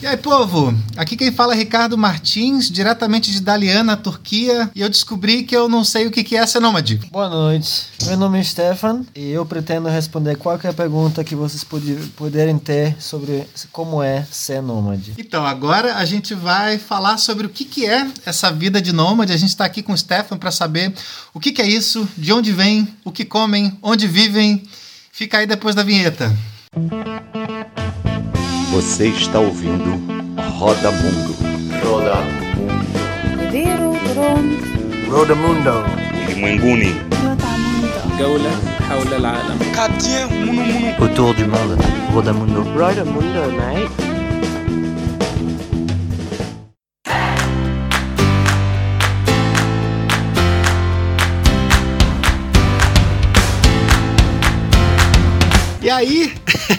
E aí, povo? Aqui quem fala é Ricardo Martins, diretamente de Dalian, Turquia, e eu descobri que eu não sei o que é ser nômade. Boa noite, meu nome é Stefan e eu pretendo responder qualquer pergunta que vocês puderem ter sobre como é ser nômade. Então, agora a gente vai falar sobre o que é essa vida de nômade. A gente está aqui com o Stefan para saber o que é isso, de onde vem, o que comem, onde vivem. Fica aí depois da vinheta. Você está ouvindo Roda Mundo. Roda Mundo. Ulimwenguni. جولة حول العالم. Autour du monde. Roda Mundo. Roda Mundo, mate. E aí?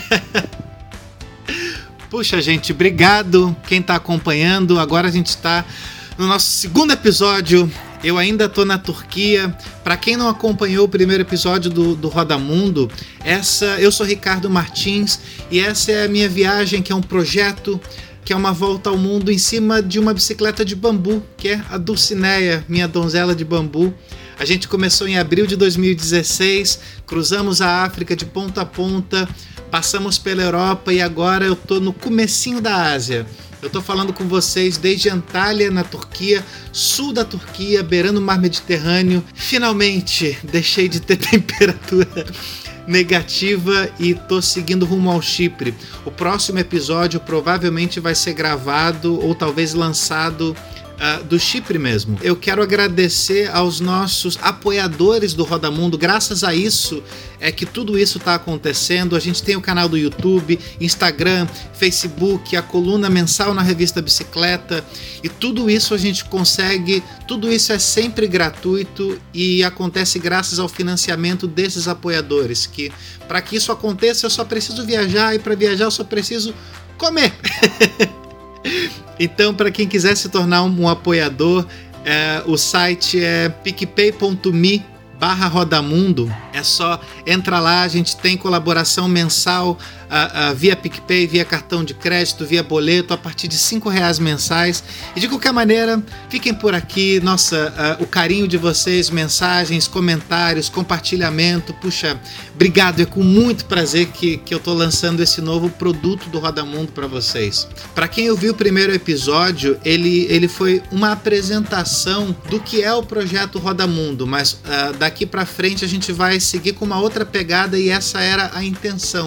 Puxa, gente, obrigado quem está acompanhando. Agora a gente está no nosso segundo episódio. Eu ainda estou na Turquia. Para quem não acompanhou o primeiro episódio do Roda Mundo, eu sou Ricardo Martins e essa é a minha viagem, que é um projeto, que é uma volta ao mundo em cima de uma bicicleta de bambu, que é a Dulcinea, minha donzela de bambu. A gente começou em abril de 2016, cruzamos a África de ponta a ponta, passamos pela Europa e agora eu tô no comecinho da Ásia. Eu tô falando com vocês desde Antália, na Turquia, sul da Turquia, beirando o mar Mediterrâneo. Finalmente, deixei de ter temperatura negativa e tô seguindo rumo ao Chipre. O próximo episódio provavelmente vai ser gravado ou talvez lançado do Chipre mesmo. Eu quero agradecer aos nossos apoiadores do Roda Mundo. Graças a isso é que tudo isso está acontecendo. A gente tem o canal do YouTube, Instagram, Facebook, a coluna mensal na revista Bicicleta, e tudo isso a gente consegue, tudo isso é sempre gratuito e acontece graças ao financiamento desses apoiadores, que para que isso aconteça eu só preciso viajar, e para viajar eu só preciso comer. Então, para quem quiser se tornar um apoiador, o site é picpay.me/rodamundo. É só entrar lá, a gente tem colaboração mensal via PicPay, via cartão de crédito, via boleto, a partir de R$5 mensais. E de qualquer maneira, fiquem por aqui. Nossa, o carinho de vocês, mensagens, comentários, compartilhamento. Puxa, obrigado, é com muito prazer que eu tô lançando esse novo produto do Roda Mundo para vocês. Para quem ouviu o primeiro episódio, ele foi uma apresentação do que é o projeto Roda Mundo, mas daqui para frente a gente vai seguir com uma outra pegada e essa era a intenção.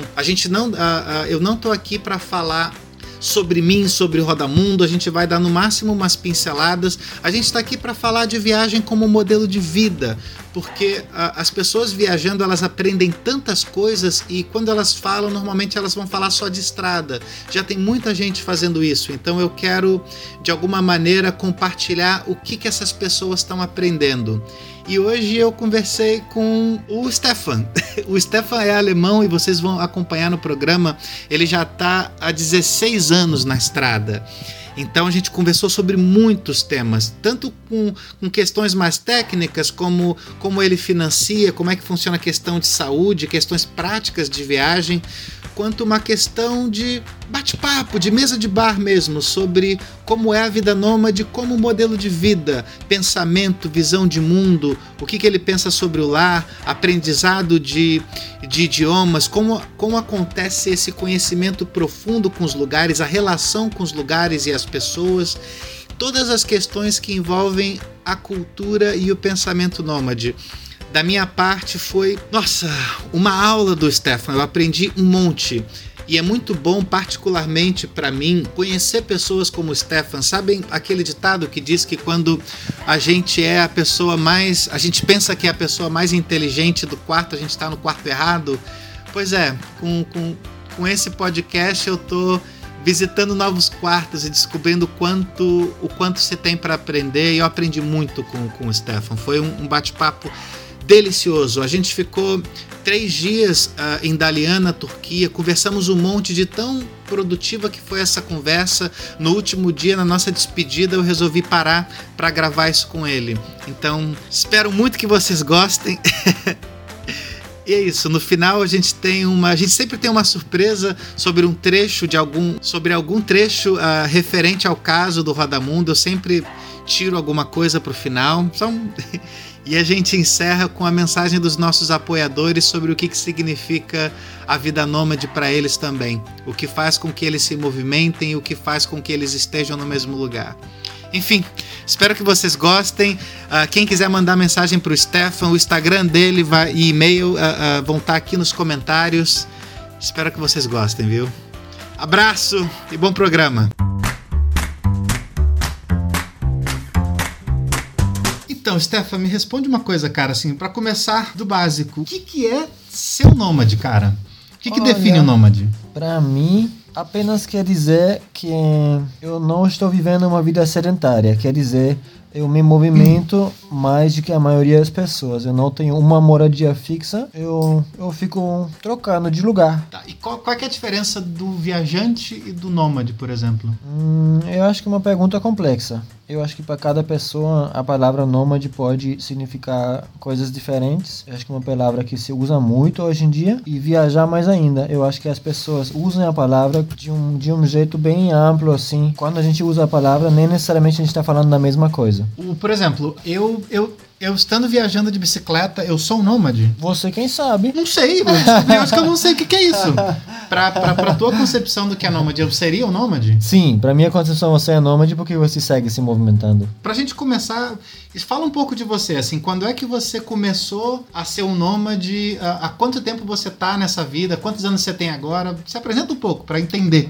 Eu não tô aqui para falar sobre mim, sobre o Roda Mundo, a gente vai dar no máximo umas pinceladas. A gente está aqui para falar de viagem como modelo de vida, porque as pessoas viajando, elas aprendem tantas coisas e quando elas falam, normalmente elas vão falar só de estrada. Já tem muita gente fazendo isso, então eu quero de alguma maneira compartilhar o que essas pessoas estão aprendendo. E hoje eu conversei com o Stefan. O Stefan é alemão e vocês vão acompanhar no programa. Ele já está há 16 anos na estrada. Então a gente conversou sobre muitos temas, tanto com questões mais técnicas, como ele financia, como é que funciona a questão de saúde, questões práticas de viagem, quanto uma questão de bate-papo, de mesa de bar mesmo, sobre como é a vida nômade como modelo de vida, pensamento, visão de mundo, o que ele pensa sobre o lar, aprendizado de idiomas, como acontece esse conhecimento profundo com os lugares, a relação com os lugares e as pessoas, todas as questões que envolvem a cultura e o pensamento nômade. Da minha parte foi, uma aula do Stefan, eu aprendi um monte. E é muito bom, particularmente para mim, conhecer pessoas como o Stefan. Sabem aquele ditado que diz que quando a gente é a pessoa mais... A gente pensa que é a pessoa mais inteligente do quarto, a gente está no quarto errado? Pois é, com esse podcast eu tô visitando novos quartos e descobrindo o quanto você tem para aprender. E eu aprendi muito com o Stefan. Foi um bate-papo delicioso. A gente ficou 3 dias em Dalian, na Turquia, conversamos um monte, de tão produtiva que foi essa conversa. No último dia, na nossa despedida, eu resolvi parar para gravar isso com ele. Então, espero muito que vocês gostem. E é isso, no final a gente sempre tem uma surpresa sobre um trecho sobre algum trecho referente ao caso do Rodamundo. Eu sempre tiro alguma coisa pro final. E a gente encerra com a mensagem dos nossos apoiadores sobre o que significa a vida nômade para eles também. O que faz com que eles se movimentem e o que faz com que eles estejam no mesmo lugar. Enfim, espero que vocês gostem. Quem quiser mandar mensagem para o Stefan, o Instagram dele e e-mail vão estar aqui nos comentários. Espero que vocês gostem, viu? Abraço e bom programa. Então, Stefan, me responde uma coisa, cara, assim, para começar do básico. O que é ser um nômade, cara? O que define um nômade? Para mim, apenas quer dizer que eu não estou vivendo uma vida sedentária. Quer dizer, eu me movimento mais do que a maioria das pessoas. Eu não tenho uma moradia fixa, eu fico trocando de lugar. Tá, e qual é que é a diferença do viajante e do nômade, por exemplo? Eu acho que é uma pergunta complexa. Eu acho que para cada pessoa a palavra nômade pode significar coisas diferentes. Eu acho que é uma palavra que se usa muito hoje em dia. E viajar mais ainda. Eu acho que as pessoas usam a palavra de um jeito bem amplo, assim. Quando a gente usa a palavra, nem necessariamente a gente está falando da mesma coisa. Por exemplo, eu estando viajando de bicicleta, eu sou um nômade? Você quem sabe? Não sei, eu acho que eu não sei o que é isso. Pra tua concepção do que é nômade, eu seria um nômade? Sim, pra minha concepção você é nômade porque você segue se movimentando. Pra gente começar, fala um pouco de você, assim, quando é que você começou a ser um nômade, há quanto tempo você tá nessa vida, quantos anos você tem agora? Se apresenta um pouco pra entender.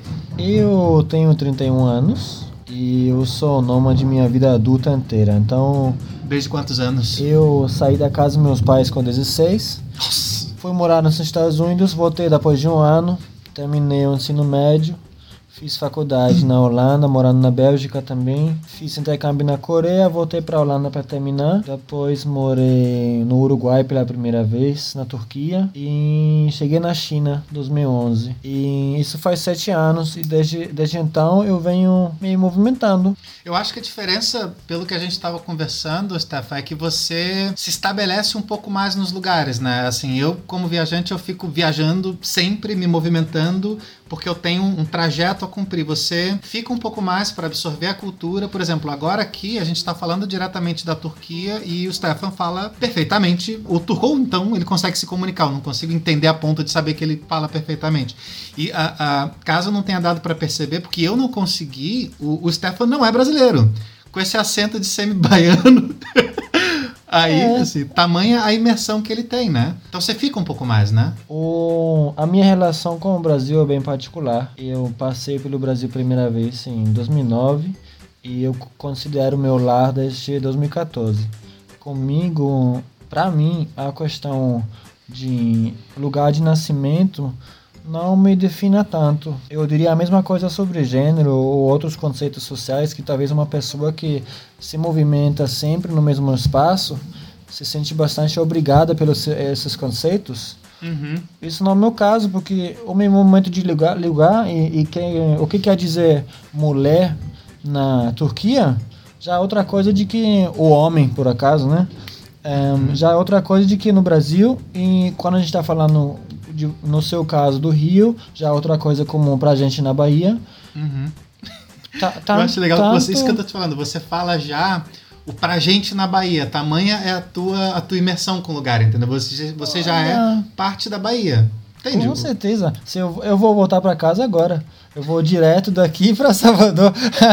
Eu tenho 31 anos e eu sou nômade minha vida adulta inteira, então... Desde quantos anos? Eu saí da casa dos meus pais com 16. Nossa. Fui morar nos Estados Unidos, voltei depois de um ano, terminei o ensino médio, fiz faculdade na Holanda, morando na Bélgica também. Fiz intercâmbio na Coreia, voltei para a Holanda para terminar. Depois morei no Uruguai pela primeira vez, na Turquia. E cheguei na China em 2011. E isso faz 7 anos e desde então eu venho me movimentando. Eu acho que a diferença, pelo que a gente estava conversando, Stefan, é que você se estabelece um pouco mais nos lugares, né? Assim, eu como viajante, eu fico viajando sempre, me movimentando, porque eu tenho um trajeto a cumprir. Você fica um pouco mais para absorver a cultura. Por exemplo, agora aqui a gente está falando diretamente da Turquia e o Stefan fala perfeitamente o turco, então ele consegue se comunicar. Eu não consigo entender a ponto de saber que ele fala perfeitamente. E caso não tenha dado para perceber, porque eu não consegui, o Stefan não é brasileiro. Com esse acento de semi-baiano... Aí, assim, tamanha a imersão que ele tem, né? Então você fica um pouco mais, né? A minha relação com o Brasil é bem particular. Eu passei pelo Brasil primeira vez em 2009 e eu considero meu lar desde 2014. Comigo, pra mim, a questão de lugar de nascimento não me defina tanto. Eu diria a mesma coisa sobre gênero ou outros conceitos sociais, que talvez uma pessoa que se movimenta sempre no mesmo espaço se sente bastante obrigada pelos esses conceitos. Uhum. Isso não é o meu caso, porque o meu momento de lugar o que quer dizer mulher na Turquia já é outra coisa de que o homem, por acaso, né? Já é outra coisa de que no Brasil, e quando a gente está falando no seu caso do Rio, já é outra coisa comum pra gente na Bahia. Uhum. Eu acho legal isso que eu tô te falando. Você fala já o pra gente na Bahia. Tamanha é a tua imersão com o lugar, entendeu? Você já é parte da Bahia. Entende? Com certeza. Eu vou voltar pra casa agora. Eu vou direto daqui pra Salvador.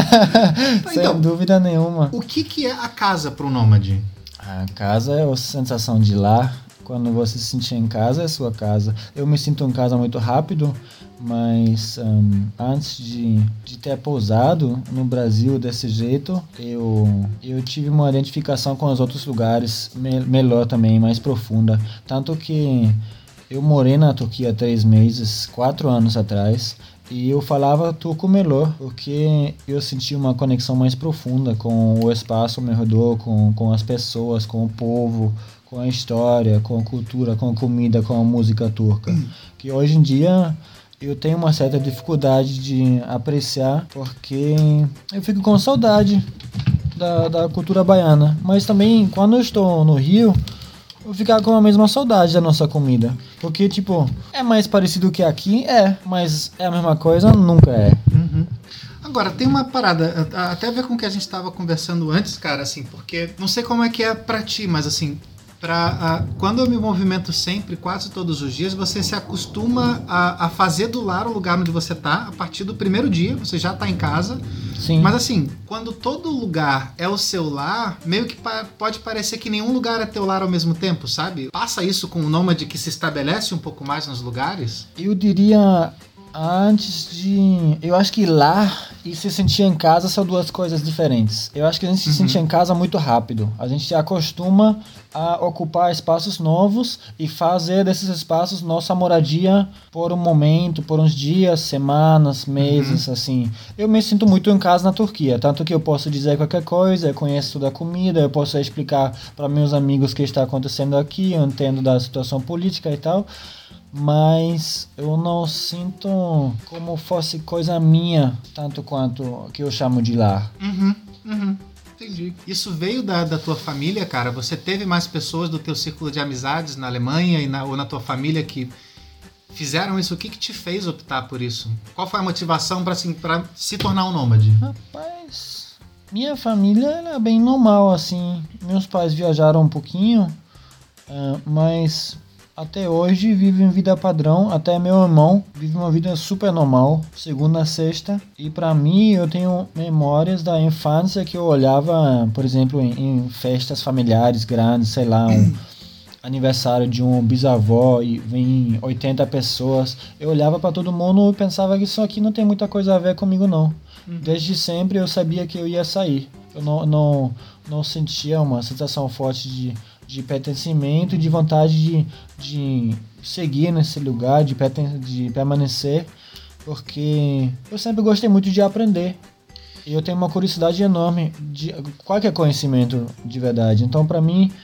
Sem dúvida nenhuma. O que é a casa pro nômade? A casa é a sensação de lar. Quando você se sentir em casa, é sua casa. Eu me sinto em casa muito rápido, mas antes de ter pousado no Brasil desse jeito, eu tive uma identificação com os outros lugares melhor também, mais profunda. Tanto que eu morei na Turquia 3 meses, 4 anos atrás, e eu falava turco melhor, porque eu senti uma conexão mais profunda com o espaço ao meu redor, com as pessoas, com o povo, com a história, com a cultura, com a comida, com a música turca. Que hoje em dia eu tenho uma certa dificuldade de apreciar, porque eu fico com saudade da cultura baiana. Mas também, quando eu estou no Rio, vou ficar com a mesma saudade da nossa comida. Porque, tipo, é mais parecido que aqui? Mas é a mesma coisa? Nunca é. Agora, tem uma parada, até a ver com o que a gente estava conversando antes, cara, assim, porque não sei como é que é pra ti, mas assim, quando eu me movimento sempre, quase todos os dias, você se acostuma a fazer do lar o lugar onde você tá, a partir do primeiro dia, você já tá em casa. Sim. Mas assim, quando todo lugar é o seu lar, meio que pode parecer que nenhum lugar é teu lar ao mesmo tempo, sabe? Passa isso com o nômade que se estabelece um pouco mais nos lugares? Eu diria, eu acho que lar e se sentir em casa são duas coisas diferentes. Eu acho que a gente se sente em casa muito rápido. A gente se acostuma a ocupar espaços novos e fazer desses espaços nossa moradia por um momento, por uns dias, semanas, meses, assim. Eu me sinto muito em casa na Turquia, tanto que eu posso dizer qualquer coisa, eu conheço toda a comida, eu posso explicar para meus amigos o que está acontecendo aqui, eu entendo da situação política e tal. Mas eu não sinto como fosse coisa minha, tanto quanto que eu chamo de lar. Entendi. Isso veio da tua família, cara? Você teve mais pessoas do teu círculo de amizades na Alemanha ou na tua família que fizeram isso? O que te fez optar por isso? Qual foi a motivação para se tornar um nômade? Rapaz, minha família era bem normal, assim. Meus pais viajaram um pouquinho, mas até hoje vivem vida padrão. Até meu irmão vive uma vida super normal, segunda a sexta. E pra mim, eu tenho memórias da infância que eu olhava, por exemplo, em festas familiares grandes, sei lá, um aniversário de um bisavó e vem 80 pessoas. Eu olhava pra todo mundo e pensava que isso aqui não tem muita coisa a ver comigo, não. Desde sempre eu sabia que eu ia sair. Eu não sentia uma sensação forte de pertencimento e de vontade de seguir nesse lugar, de permanecer, porque eu sempre gostei muito de aprender. E eu tenho uma curiosidade enorme de qualquer conhecimento de verdade. Então, para mim,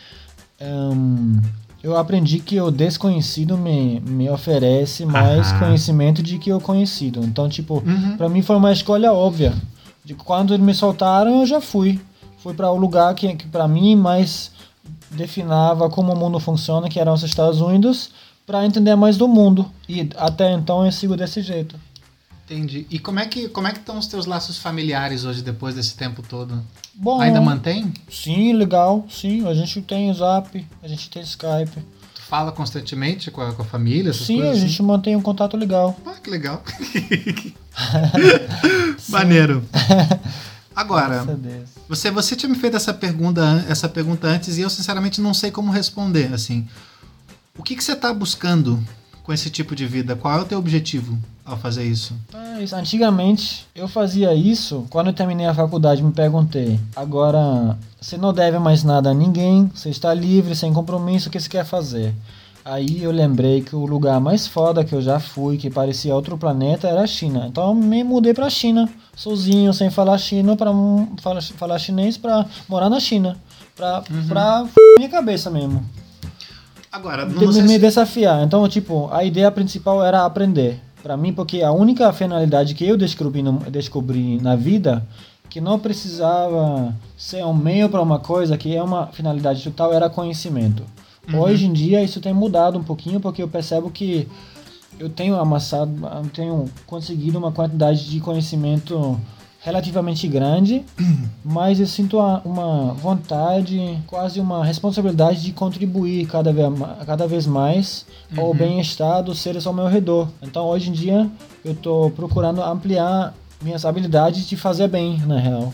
eu aprendi que o desconhecido me oferece mais conhecimento do que o conhecido. Então, tipo, para mim foi uma escolha óbvia. De quando eles me soltaram, eu já fui. Fui para o lugar que para mim mais definava como o mundo funciona, que eram os Estados Unidos, para entender mais do mundo. E até então eu sigo desse jeito. Entendi. E como é que estão os teus laços familiares hoje, depois desse tempo todo? Bom, ainda mantém? Sim, legal. Sim, a gente tem Zap, a gente tem Skype. Tu fala constantemente com a família, essas sim, coisas? Sim, a gente mantém um contato legal. Que legal. Maneiro. Agora, você tinha me feito essa pergunta antes e eu sinceramente não sei como responder, assim. O que você está buscando com esse tipo de vida? Qual é o teu objetivo ao fazer isso? Antigamente eu fazia isso, quando eu terminei a faculdade me perguntei, agora você não deve mais nada a ninguém, você está livre, sem compromisso, o que você quer fazer? Aí eu lembrei que o lugar mais foda que eu já fui, que parecia outro planeta, era a China. Então eu me mudei pra China, sozinho, sem falar falar chinês, pra morar na China. Pra minha cabeça mesmo. Agora, me desafiar. Então, tipo, a ideia principal era aprender. Pra mim, porque a única finalidade que eu descobri na vida, que não precisava ser um meio para uma coisa, que é uma finalidade total, era conhecimento. Hoje em dia isso tem mudado um pouquinho, porque eu percebo que eu tenho conseguido uma quantidade de conhecimento relativamente grande, mas eu sinto uma vontade, quase uma responsabilidade de contribuir cada vez mais ao bem-estar dos seres ao meu redor. Então hoje em dia eu estou procurando ampliar minhas habilidades de fazer bem, na real.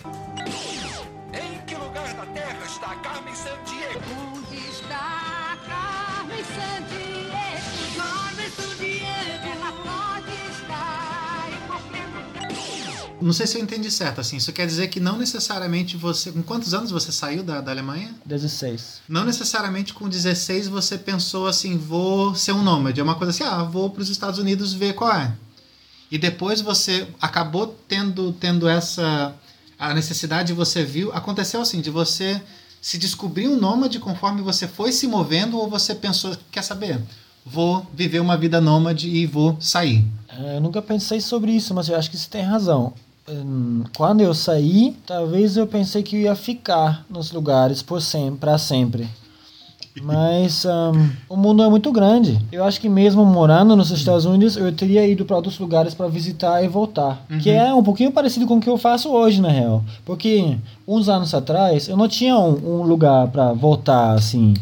Não sei se eu entendi certo, assim, isso quer dizer que não necessariamente você... Com quantos anos você saiu da Alemanha? 16. Não necessariamente com 16 você pensou assim, vou ser um nômade. É uma coisa assim, vou para os Estados Unidos ver qual é. E depois você acabou tendo a necessidade, você viu... Aconteceu assim, de você se descobrir um nômade conforme você foi se movendo, ou você pensou, quer saber? Vou viver uma vida nômade e vou sair. Eu nunca pensei sobre isso, mas eu acho que você tem razão. Quando eu saí, talvez eu pensei que eu ia ficar nos lugares para sempre. Mas o mundo é muito grande. Eu acho que mesmo morando nos Estados Unidos, eu teria ido para outros lugares para visitar e voltar. Que é um pouquinho parecido com o que eu faço hoje, na real. Porque uns anos atrás, eu não tinha um lugar para voltar, assim.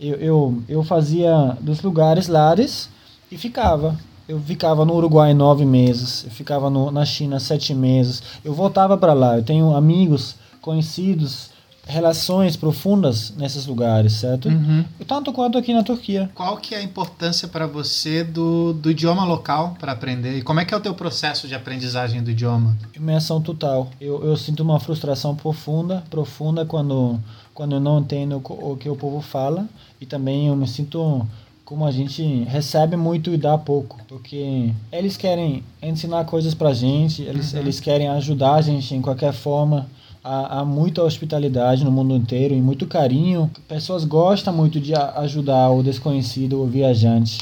Eu fazia dos lugares lares e ficava. Eu ficava no Uruguai 9 meses. Eu ficava na China 7 meses. Eu voltava para lá. Eu tenho amigos, conhecidos, relações profundas nesses lugares, certo? Tanto quanto aqui na Turquia. Qual que é a importância para você do idioma local para aprender? E como é que é o teu processo de aprendizagem do idioma? Imersão total. Eu sinto uma frustração profunda quando eu não entendo o que o povo fala. E também eu me sinto como a gente recebe muito e dá pouco. Porque eles querem ensinar coisas pra gente, eles querem ajudar a gente em qualquer forma. Há muita hospitalidade no mundo inteiro e muito carinho. Pessoas gostam muito de ajudar o desconhecido, o viajante.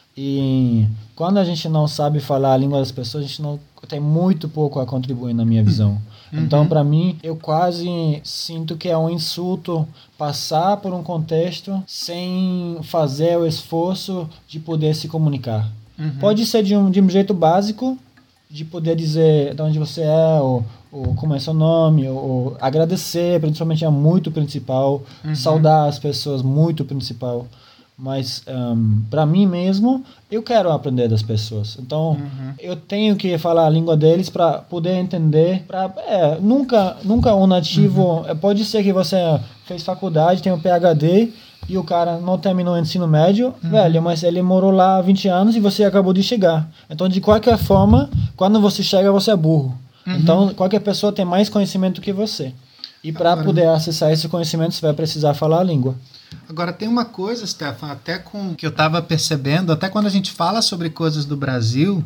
E quando a gente não sabe falar a língua das pessoas, a gente não tem muito pouco a contribuir, na minha visão. Então, para mim, eu quase sinto que é um insulto passar por um contexto sem fazer o esforço de poder se comunicar. Pode ser de um jeito básico, de poder dizer de onde você é, ou como é seu nome, ou agradecer, principalmente é muito principal, saudar as pessoas, muito principal. Mas para mim mesmo, eu quero aprender das pessoas. Então, eu tenho que falar a língua deles para poder entender. Nunca um nativo... Pode ser que você fez faculdade, tem um PhD, e o cara não terminou o ensino médio, velho, mas ele morou lá há 20 anos e você acabou de chegar. Então, de qualquer forma, quando você chega, você é burro. Então, qualquer pessoa tem mais conhecimento que você. E para poder acessar esse conhecimento, você vai precisar falar a língua. Agora, tem uma coisa, Stefan, até com que eu estava percebendo, até quando a gente fala sobre coisas do Brasil,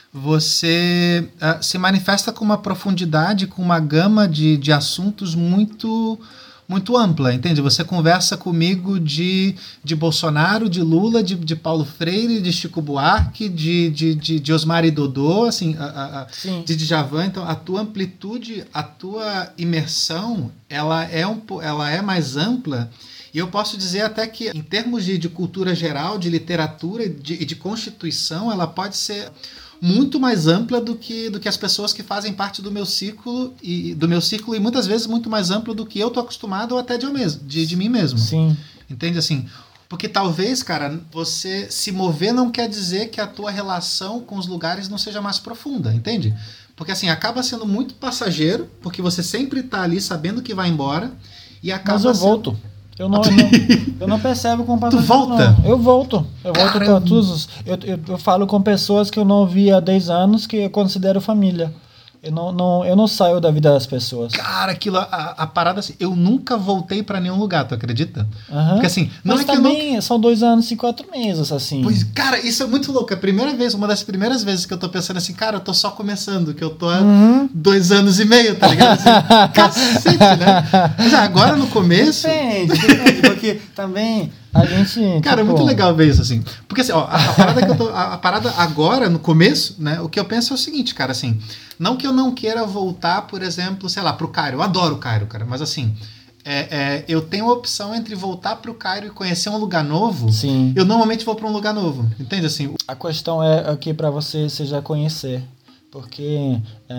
você se manifesta com uma profundidade, com uma gama de assuntos muito ampla, entende? Você conversa comigo de Bolsonaro, de Lula, de Paulo Freire, de Chico Buarque, de Osmar e Dodô, assim, de Djavan. Então, a tua amplitude, a tua imersão, ela é mais ampla. E eu posso dizer até que, em termos de cultura geral, de literatura e de constituição, ela pode ser muito mais ampla do que as pessoas que fazem parte do meu círculo e muitas vezes muito mais ampla do que eu tô acostumado ou até de mim mesmo. Sim. Entende? Assim, porque talvez, cara, você se mover não quer dizer que a tua relação com os lugares não seja mais profunda, entende? Porque assim, acaba sendo muito passageiro, porque você sempre tá ali sabendo que vai embora e acaba Mas eu volto. Eu não percebo com o passagem. Tu volta? Não. Eu volto para todos. Eu falo com pessoas que eu não vi há 10 anos, que eu considero família. Eu não saio da vida das pessoas. Cara, aquilo, a parada assim, eu nunca voltei pra nenhum lugar, tu acredita? Porque assim, não mas é que também são 2 anos e 4 meses, assim. Pois, cara, isso é muito louco. Uma das primeiras vezes que eu tô pensando assim, cara, eu tô só começando, que eu tô há 2 anos e meio, tá ligado? Assim, cacete, né? Mas agora no começo... Depende, porque também... A gente, cara, é muito legal ver isso, assim. Porque assim, ó, a parada agora, no começo, né? O que eu penso é o seguinte, cara, assim, não que eu não queira voltar, por exemplo, sei lá, pro Cairo. Eu adoro o Cairo, cara, mas assim, eu tenho a opção entre voltar pro Cairo e conhecer um lugar novo. Sim. Eu normalmente vou pra um lugar novo, entende? Assim, a questão é aqui para você já conhecer. Porque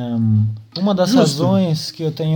uma das razões que eu tenho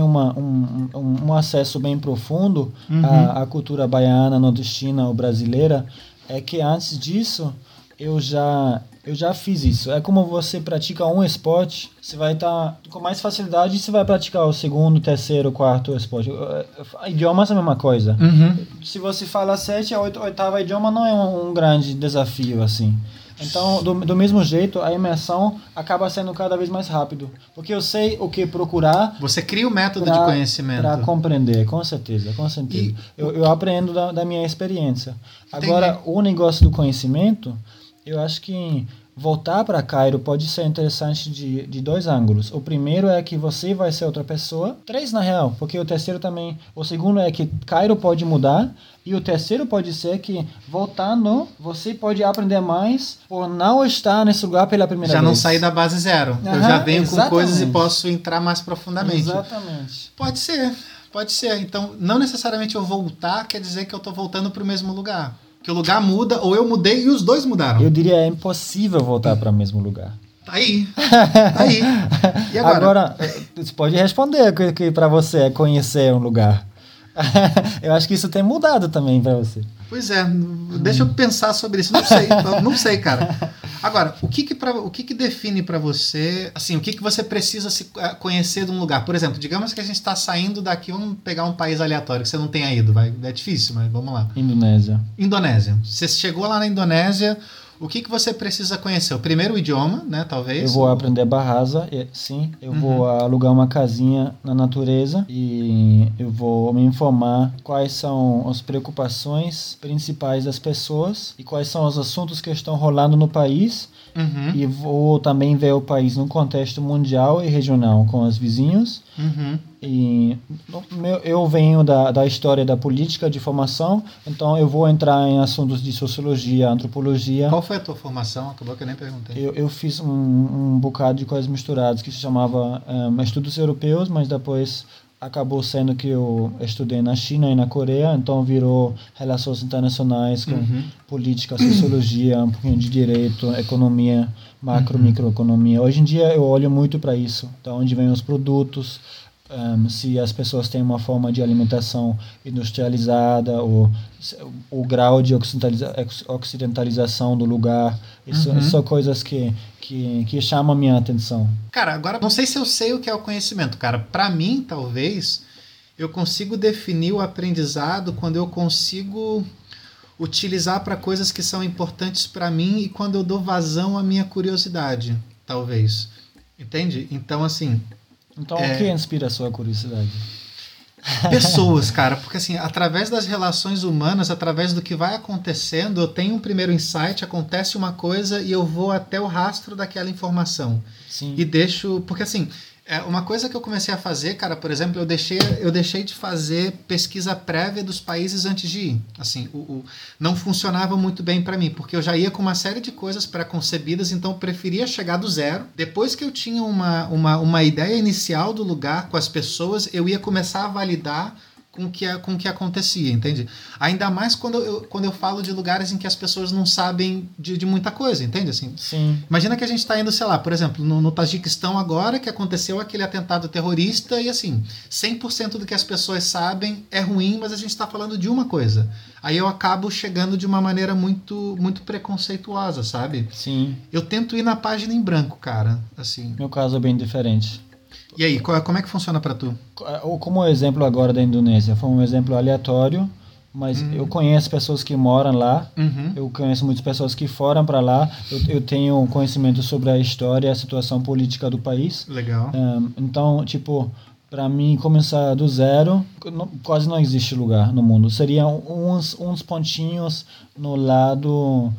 um acesso bem profundo à cultura baiana, nordestina ou brasileira é que antes disso eu já fiz isso. É como você pratica um esporte, você vai estar com mais facilidade e você vai praticar o segundo, terceiro, quarto esporte. Idiomas é a mesma coisa. Se você fala 7, a 8º idioma não é um grande desafio assim. Então, do mesmo jeito, a imersão acaba sendo cada vez mais rápido. Porque eu sei o que procurar. Você cria o método de conhecimento. Para compreender, com certeza. Eu aprendo da minha experiência. Agora, o negócio do conhecimento, eu acho que voltar para Cairo pode ser interessante de 2 ângulos. O primeiro é que você vai ser outra pessoa. 3 na real, porque o terceiro também... O segundo é que Cairo pode mudar. E o terceiro pode ser que, voltando, você pode aprender mais por não estar nesse lugar pela primeira vez. Já não sair da base zero. Eu já venho com coisas e posso entrar mais profundamente. Exatamente. Pode ser. Então, não necessariamente eu voltar quer dizer que eu tô voltando pro mesmo lugar. Que o lugar muda, ou eu mudei e os dois mudaram. Eu diria, é impossível voltar para o mesmo lugar. Tá aí. E agora? Agora, você pode responder que para você é conhecer um lugar. Eu acho que isso tem mudado também para você. Pois é, deixa eu pensar sobre isso. Não sei, cara. Agora, o que define para você, assim, o que você precisa se conhecer de um lugar? Por exemplo, digamos que a gente está saindo daqui, vamos pegar um país aleatório que você não tenha ido, é difícil, mas vamos lá. Indonésia. Você chegou lá na Indonésia, o que você precisa conhecer? O primeiro idioma, né, talvez? Eu vou aprender Bahasa, sim. Eu vou alugar uma casinha na natureza e eu vou me informar quais são as preocupações principais das pessoas e quais são os assuntos que estão rolando no país. E vou também ver o país num contexto mundial e regional com os vizinhos. E eu venho da história da política de formação, então eu vou entrar em assuntos de sociologia, antropologia. Qual foi a tua formação? Acabou que eu nem perguntei. Eu fiz um bocado de coisas misturadas que se chamava Estudos Europeus, mas depois acabou sendo que eu estudei na China e na Coreia, então virou relações internacionais com política, sociologia, um pouquinho de direito, economia, microeconomia. Hoje em dia eu olho muito para isso, de onde vêm os produtos, se as pessoas têm uma forma de alimentação industrializada, ou o grau de ocidentalização do lugar. Isso são coisas que chamam a minha atenção. Cara, agora não sei se eu sei o que é o conhecimento, cara. Para mim, talvez, eu consigo definir o aprendizado quando eu consigo utilizar para coisas que são importantes para mim e quando eu dou vazão à minha curiosidade, talvez. Entende? Então, assim... Então, o que inspira a sua curiosidade? Pessoas, cara, porque assim, através das relações humanas, através do que vai acontecendo, eu tenho um primeiro insight, acontece uma coisa e eu vou até o rastro daquela informação. Sim. E deixo... Porque assim, uma coisa que eu comecei a fazer, cara, por exemplo, eu deixei de fazer pesquisa prévia dos países antes de ir. Assim, não funcionava muito bem para mim, porque eu já ia com uma série de coisas pré-concebidas, então eu preferia chegar do zero. Depois que eu tinha uma ideia inicial do lugar, com as pessoas, eu ia começar a validar com o que acontecia, entende? Ainda mais quando eu falo de lugares em que as pessoas não sabem de muita coisa, entende? Assim, sim. Imagina que a gente está indo, sei lá, por exemplo, no Tajiquistão agora, que aconteceu aquele atentado terrorista e assim, 100% do que as pessoas sabem é ruim, mas a gente está falando de uma coisa. Aí eu acabo chegando de uma maneira muito, muito preconceituosa, sabe? Sim. Eu tento ir na página em branco, cara, assim. Meu caso é bem diferente. E aí, como é que funciona para tu? Como o exemplo agora da Indonésia, foi um exemplo aleatório, mas eu conheço pessoas que moram lá, eu conheço muitas pessoas que foram para lá, eu tenho conhecimento sobre a história e a situação política do país. Legal. Então, tipo, para mim começar do zero, quase não existe lugar no mundo. Seriam uns pontinhos no lado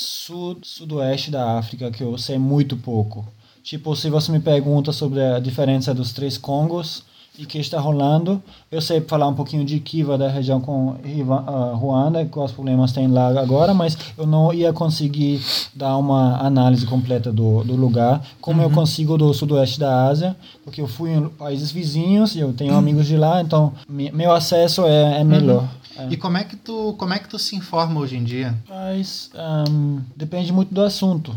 sudoeste da África, que eu sei muito pouco. Tipo, se você me pergunta sobre a diferença dos 3 Congos e o que está rolando, eu sei falar um pouquinho de Kiva, da região com Ruanda, quais problemas tem lá agora, mas eu não ia conseguir dar uma análise completa do lugar, como eu consigo do sudoeste da Ásia, porque eu fui em países vizinhos e eu tenho amigos de lá, então meu acesso é melhor. E como é que tu se informa hoje em dia? Mas depende muito do assunto.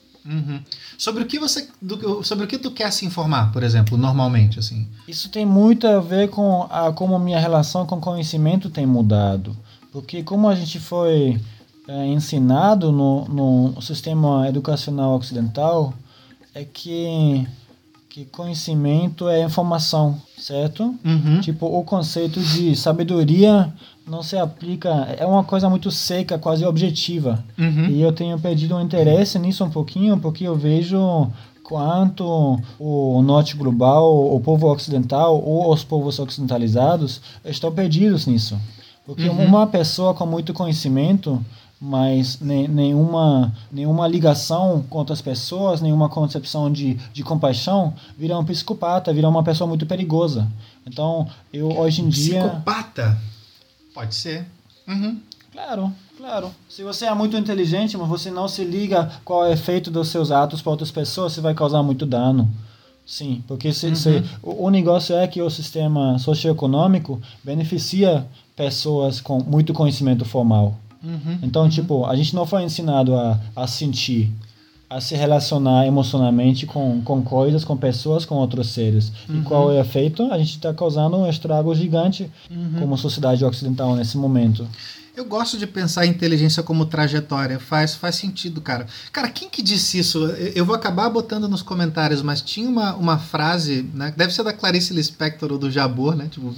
Sobre o que tu quer se informar, por exemplo, normalmente, assim? Isso tem muito a ver com como minha relação com conhecimento tem mudado. Porque como a gente foi ensinado no sistema educacional ocidental, é que conhecimento é informação, certo? Tipo, o conceito de sabedoria não se aplica, é uma coisa muito seca, quase objetiva. E eu tenho perdido um interesse nisso um pouquinho, porque eu vejo quanto o norte global, o povo ocidental ou os povos ocidentalizados estão perdidos nisso. Porque uma pessoa com muito conhecimento mas nenhuma ligação com outras pessoas, nenhuma concepção de compaixão, vira um psicopata, vira uma pessoa muito perigosa. Então, eu hoje em dia... Psicopata? Pode ser. Uhum. Claro. Se você é muito inteligente, mas você não se liga qual é o efeito dos seus atos para outras pessoas, você vai causar muito dano. Sim, porque o negócio é que o sistema socioeconômico beneficia pessoas com muito conhecimento formal. Então, tipo, a gente não foi ensinado a sentir, a se relacionar emocionalmente com coisas, com pessoas, com outros seres. E qual é o efeito? A gente está causando um estrago gigante como sociedade ocidental nesse momento. Eu gosto de pensar a inteligência como trajetória. Faz sentido, cara. Cara, quem que disse isso? Eu vou acabar botando nos comentários, mas tinha uma frase, né? Deve ser da Clarice Lispector ou do Jabor, né? Tipo,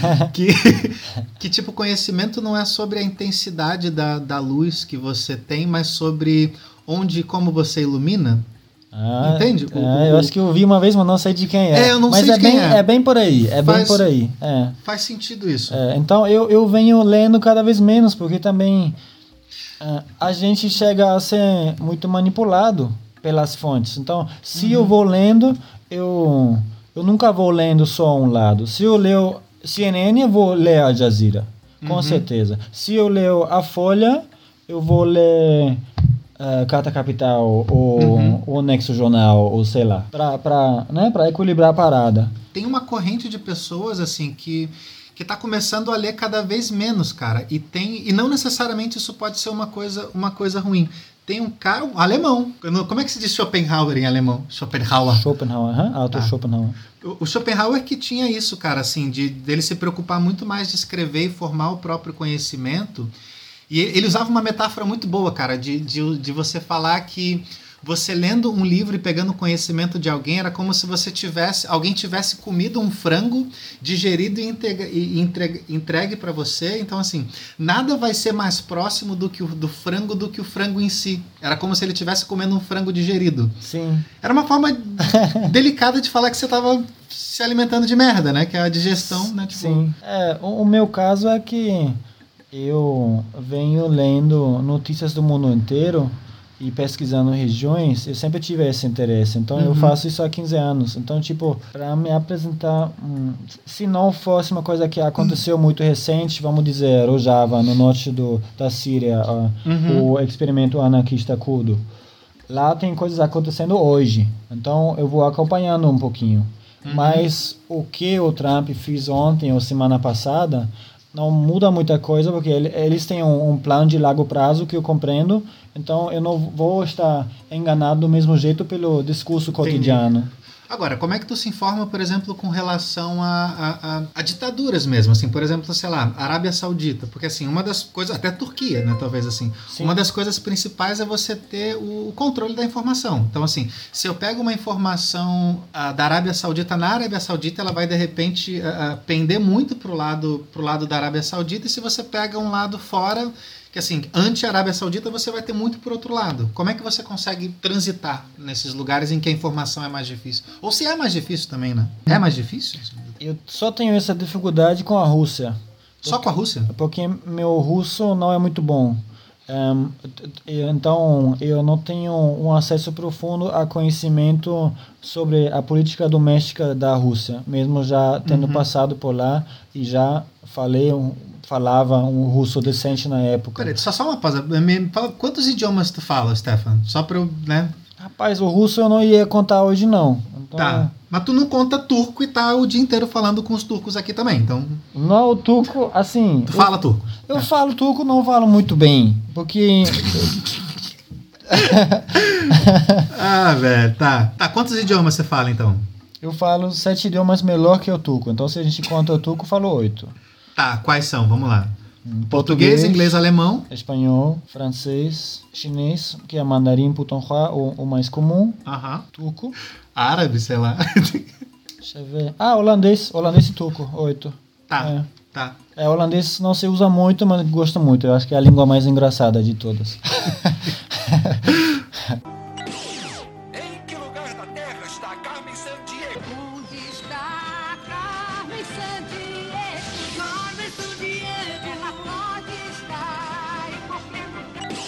que tipo, conhecimento não é sobre a intensidade da luz que você tem, mas sobre onde e como você ilumina. Entende? Eu acho que eu vi uma vez, mas não sei de quem é. Eu não sei de quem é. É bem por aí. Bem por aí. Faz sentido isso. Então eu venho lendo cada vez menos, porque também a gente chega a ser muito manipulado pelas fontes. Então, se eu vou lendo, eu nunca vou lendo só um lado. Se eu leio CNN, eu vou ler Al Jazeera, com certeza. Se eu leio a Folha, eu vou ler... Carta Capital ou o Nexo Jornal, ou sei lá, para equilibrar a parada. Tem uma corrente de pessoas assim que tá começando a ler cada vez menos, cara, e não necessariamente isso pode ser uma coisa ruim. Tem um cara, um alemão, como é que se diz Schopenhauer em alemão? Schopenhauer, Schopenhauer. O Schopenhauer que tinha isso, cara, assim, dele se preocupar muito mais de escrever e formar o próprio conhecimento. E ele usava uma metáfora muito boa, cara, de você falar que você lendo um livro e pegando conhecimento de alguém era como se alguém tivesse comido um frango, digerido e entregue para você. Então, assim, nada vai ser mais próximo do frango do que o frango em si. Era como se ele estivesse comendo um frango digerido. Sim. Era uma forma delicada de falar que você estava se alimentando de merda, né? Que é a digestão, né? Tipo... Sim. O meu caso é que eu venho lendo notícias do mundo inteiro e pesquisando regiões. Eu sempre tive esse interesse, então eu faço isso há 15 anos. Então, tipo, para me apresentar, se não fosse uma coisa que aconteceu muito recente, vamos dizer, Rojava, no norte da Síria, o experimento anarquista curdo, lá tem coisas acontecendo hoje, então eu vou acompanhando um pouquinho. Mas o que o Trump fez ontem ou semana passada não muda muita coisa, porque eles têm um plano de longo prazo que eu compreendo, então eu não vou estar enganado do mesmo jeito pelo discurso cotidiano. Entendi. Agora, como é que tu se informa, por exemplo, com relação a ditaduras mesmo? Assim, por exemplo, sei lá, Arábia Saudita. Porque, assim, uma das coisas... Até Turquia, né? Talvez, assim. Sim. Uma das coisas principais é você ter o controle da informação. Então, assim, se eu pego uma informação da Arábia Saudita, na Arábia Saudita, ela vai, de repente, pender muito pro lado da Arábia Saudita. E se você pega um lado fora... que assim, anti-Arábia Saudita você vai ter muito por outro lado. Como é que você consegue transitar nesses lugares em que a informação é mais difícil? Ou se é mais difícil também, né? É mais difícil? Eu só tenho essa dificuldade com a Rússia. Só com a Rússia? Porque meu russo não é muito bom. Então, eu não tenho um acesso profundo a conhecimento sobre a política doméstica da Rússia, mesmo já tendo passado por lá e já falava um russo decente na época. Peraí, só uma pausa. Quantos idiomas tu fala, Stefan? Só pra eu, né? Rapaz, o russo eu não ia contar hoje, não. Então, tá. Mas tu não conta turco e tá o dia inteiro falando com os turcos aqui também, então... Não, o turco, assim... Tu fala turco? Eu falo turco, não falo muito bem, porque... Velho, tá. Tá, quantos idiomas você fala, então? Eu falo 7 idiomas melhor que o turco, então se a gente conta o turco, eu falo 8. Tá, quais são? Vamos lá. Português, inglês, alemão. Espanhol, francês, chinês, que é mandarim, putonghua, o mais comum. Turco. Árabe, sei lá. Deixa eu ver. Holandês e turco, 8. Tá. Holandês não se usa muito, mas gosto muito. Eu acho que é a língua mais engraçada de todas. Em que lugar da Terra está Carmen Sandiego? Onde está Carmen Sandiego? Carmen Sandiego, ela pode estar em qualquer lugar.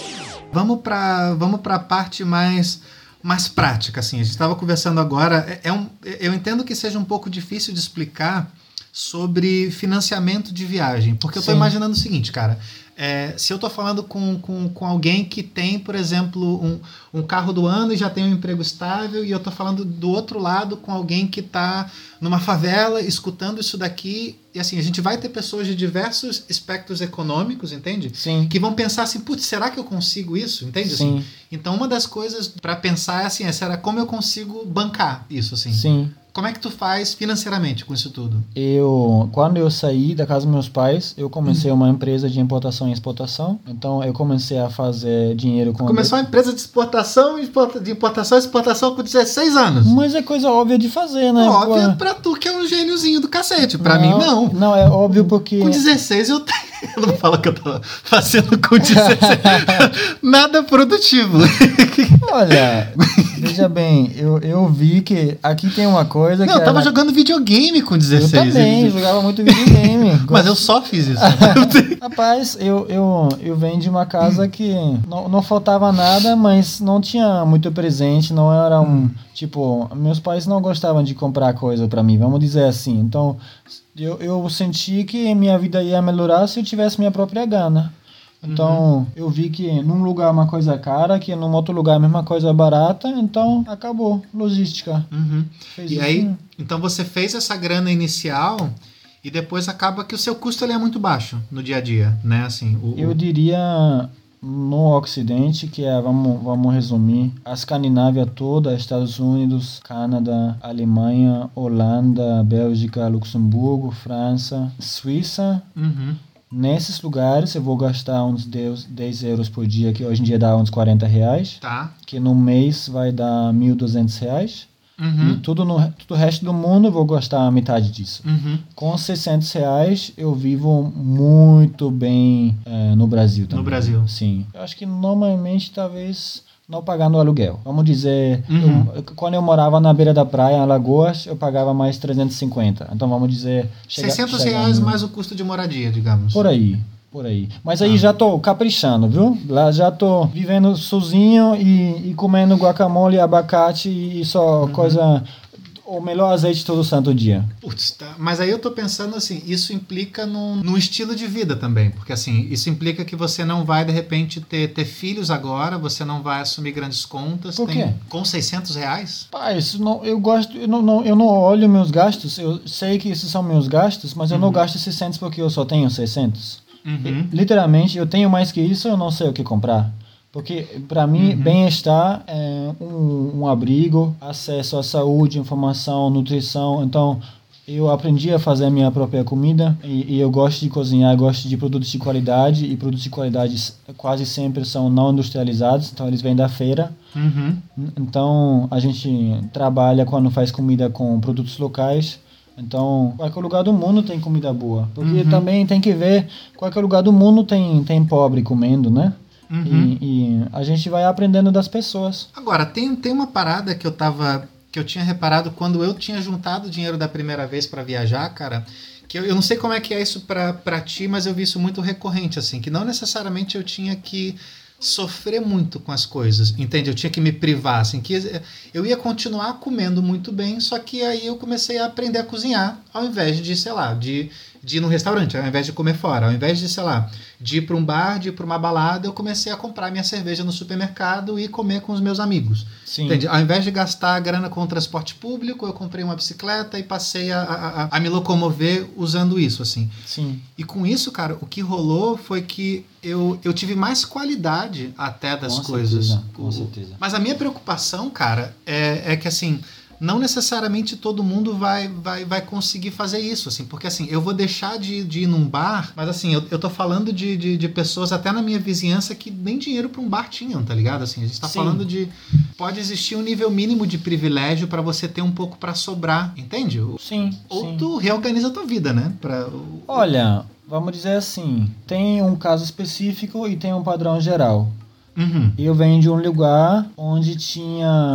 Vamos pra parte mais prática, assim. A gente estava conversando agora. Eu entendo que seja um pouco difícil de explicar sobre financiamento de viagem, porque eu tô Sim. imaginando o seguinte, cara. Se eu tô falando com alguém que tem, por exemplo, um carro do ano e já tem um emprego estável, e eu tô falando do outro lado com alguém que tá numa favela escutando isso daqui, e assim, a gente vai ter pessoas de diversos espectros econômicos, entende? Sim. Que vão pensar assim, putz, será que eu consigo isso? Entende? Sim. Assim, então uma das coisas para pensar é assim, será como eu consigo bancar isso, assim? Sim. Como é que tu faz financeiramente com isso tudo? Quando eu saí da casa dos meus pais, eu comecei uma empresa de importação e exportação. Então, eu comecei a fazer dinheiro com... Começou uma empresa de exportação e exportação com 16 anos. Mas é coisa óbvia de fazer, né? Óbvio pra tu que é um gêniozinho do cacete. Pra mim, não. Não, é óbvio porque... Com 16 eu tenho... Eu não falo que eu tava fazendo com 16. Nada produtivo. Olha, veja bem, eu vi que aqui tem uma coisa Não, que... eu tava jogando videogame com 16. Eu também, jogava muito videogame. Mas eu só fiz isso. Rapaz, eu venho de uma casa que não faltava nada, mas não tinha muito presente, não era tipo, meus pais não gostavam de comprar coisa pra mim, vamos dizer assim. Então, eu senti que minha vida ia melhorar se eu tivesse minha própria grana. Então, eu vi que num lugar é uma coisa cara, que num outro lugar é a mesma coisa barata, então acabou. Logística. E aí, então você fez essa grana inicial e depois acaba que o seu custo ele é muito baixo no dia a dia, né? Assim, Eu diria no Ocidente, que é, vamos resumir, a Escandinávia toda, Estados Unidos, Canadá, Alemanha, Holanda, Bélgica, Luxemburgo, França, Suíça. Nesses lugares eu vou gastar uns 10 euros por dia, que hoje em dia dá uns 40 reais. Tá. Que no mês vai dar 1.200 reais. E todo o resto do mundo eu vou gastar a metade disso. Com 600 reais eu vivo muito bem no Brasil também. No Brasil. Sim. Eu acho que normalmente talvez não pagando aluguel. Vamos dizer, quando eu morava na beira da praia, em Alagoas, eu pagava mais 350. Então vamos dizer... 600 reais mais o custo de moradia, digamos. Por aí. Mas aí já tô caprichando, viu? Lá já tô vivendo sozinho e comendo guacamole, abacate e só coisa... O melhor azeite todo santo dia. Putz, tá. Mas aí eu tô pensando assim, isso implica no estilo de vida também. Porque assim, isso implica que você não vai, de repente, ter filhos agora, você não vai assumir grandes contas. Por quê? Com 600 reais? Pai, isso não, eu não olho meus gastos, eu sei que esses são meus gastos, mas eu não gasto 600 porque eu só tenho 600. Literalmente, eu tenho mais que isso, eu não sei o que comprar. Porque, para mim, bem-estar é um abrigo, acesso à saúde, informação, nutrição. Então, eu aprendi a fazer a minha própria comida e eu gosto de cozinhar, gosto de produtos de qualidade, e produtos de qualidade quase sempre são não industrializados, então eles vêm da feira. Então, a gente trabalha quando faz comida com produtos locais. Então, qualquer lugar do mundo tem comida boa. Porque também tem que ver, qualquer lugar do mundo tem pobre comendo, né? E a gente vai aprendendo das pessoas. Agora, tem uma parada que eu tinha reparado quando eu tinha juntado dinheiro da primeira vez para viajar, cara, que eu não sei como é que é isso pra ti, mas eu vi isso muito recorrente, assim, que não necessariamente eu tinha que sofrer muito com as coisas, entende? Eu tinha que me privar, assim, que eu ia continuar comendo muito bem, só que aí eu comecei a aprender a cozinhar, ao invés de, sei lá, de ir num restaurante, ao invés de comer fora, ao invés de, sei lá, de ir para um bar, de ir para uma balada, eu comecei a comprar minha cerveja no supermercado e comer com os meus amigos. Sim. Entende? Ao invés de gastar a grana com o transporte público, eu comprei uma bicicleta e passei a me locomover usando isso, assim. Sim. E com isso, cara, o que rolou foi que eu tive mais qualidade até das coisas. Com certeza. Mas a minha preocupação, cara, é que, assim, não necessariamente todo mundo vai conseguir fazer isso, assim, porque assim, eu vou deixar de ir num bar, mas assim, eu tô falando de pessoas até na minha vizinhança que nem dinheiro pra um bar tinham, tá ligado? Assim, a gente tá falando de... Pode existir um nível mínimo de privilégio pra você ter um pouco pra sobrar, entende? Sim. Ou tu reorganiza a tua vida, né? Olha, vamos dizer assim, tem um caso específico e tem um padrão geral. Eu venho de um lugar onde tinha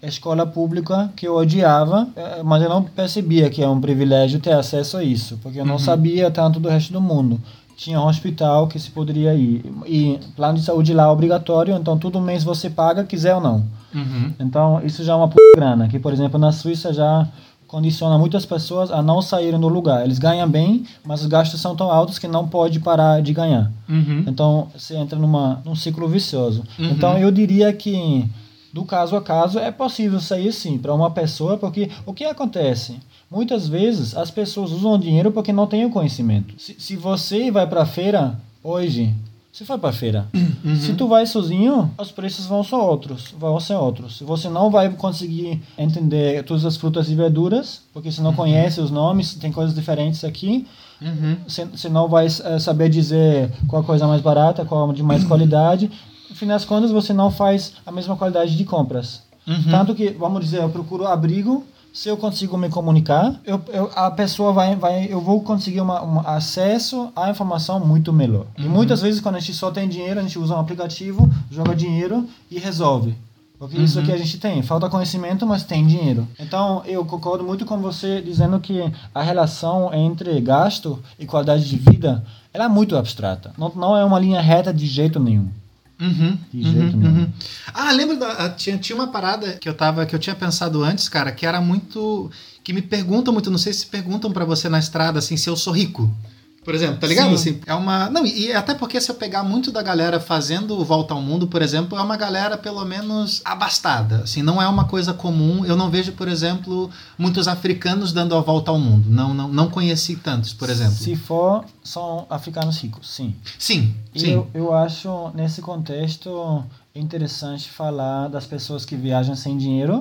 escola pública que eu odiava, mas eu não percebia que é um privilégio ter acesso a isso, porque eu não sabia tanto do resto do mundo. Tinha um hospital que se poderia ir. E plano de saúde lá é obrigatório, então todo mês você paga, quiser ou não. Então isso já é uma grana, que por exemplo na Suíça já condiciona muitas pessoas a não saírem do lugar. Eles ganham bem, mas os gastos são tão altos que não pode parar de ganhar. Então você entra num ciclo vicioso. Então eu diria que do caso a caso é possível sair sim para uma pessoa, porque o que acontece? Muitas vezes as pessoas usam dinheiro porque não têm o conhecimento. Se você vai para a feira hoje, você foi para a feira. Se tu vai sozinho, os preços vão ser outros. Você não vai conseguir entender todas as frutas e verduras, porque você não conhece os nomes, tem coisas diferentes aqui. Você não vai saber dizer qual a coisa mais barata, qual a de mais qualidade. No fim das contas, você não faz a mesma qualidade de compras. Tanto que, vamos dizer, eu procuro abrigo. Se eu consigo me comunicar, a pessoa eu vou conseguir um acesso à informação muito melhor. E muitas vezes, quando a gente só tem dinheiro, a gente usa um aplicativo, joga dinheiro e resolve. Porque isso que a gente tem. Falta conhecimento, mas tem dinheiro. Então, eu concordo muito com você dizendo que a relação entre gasto e qualidade de vida, ela é muito abstrata. Não é uma linha reta de jeito nenhum. De jeito nenhum. Ah, lembro tinha uma parada que eu tinha pensado antes, cara, que era muito, que me perguntam muito, não sei se perguntam pra você na estrada assim, se eu sou rico, por exemplo, tá ligado? Assim, não, e até porque se eu pegar muito da galera fazendo Volta ao Mundo, por exemplo, é uma galera pelo menos abastada, assim, não é uma coisa comum. Eu não vejo, por exemplo, muitos africanos dando a volta ao mundo. Não conheci tantos, por exemplo. Se for, são africanos ricos, sim. Sim. Eu acho, nesse contexto, interessante falar das pessoas que viajam sem dinheiro,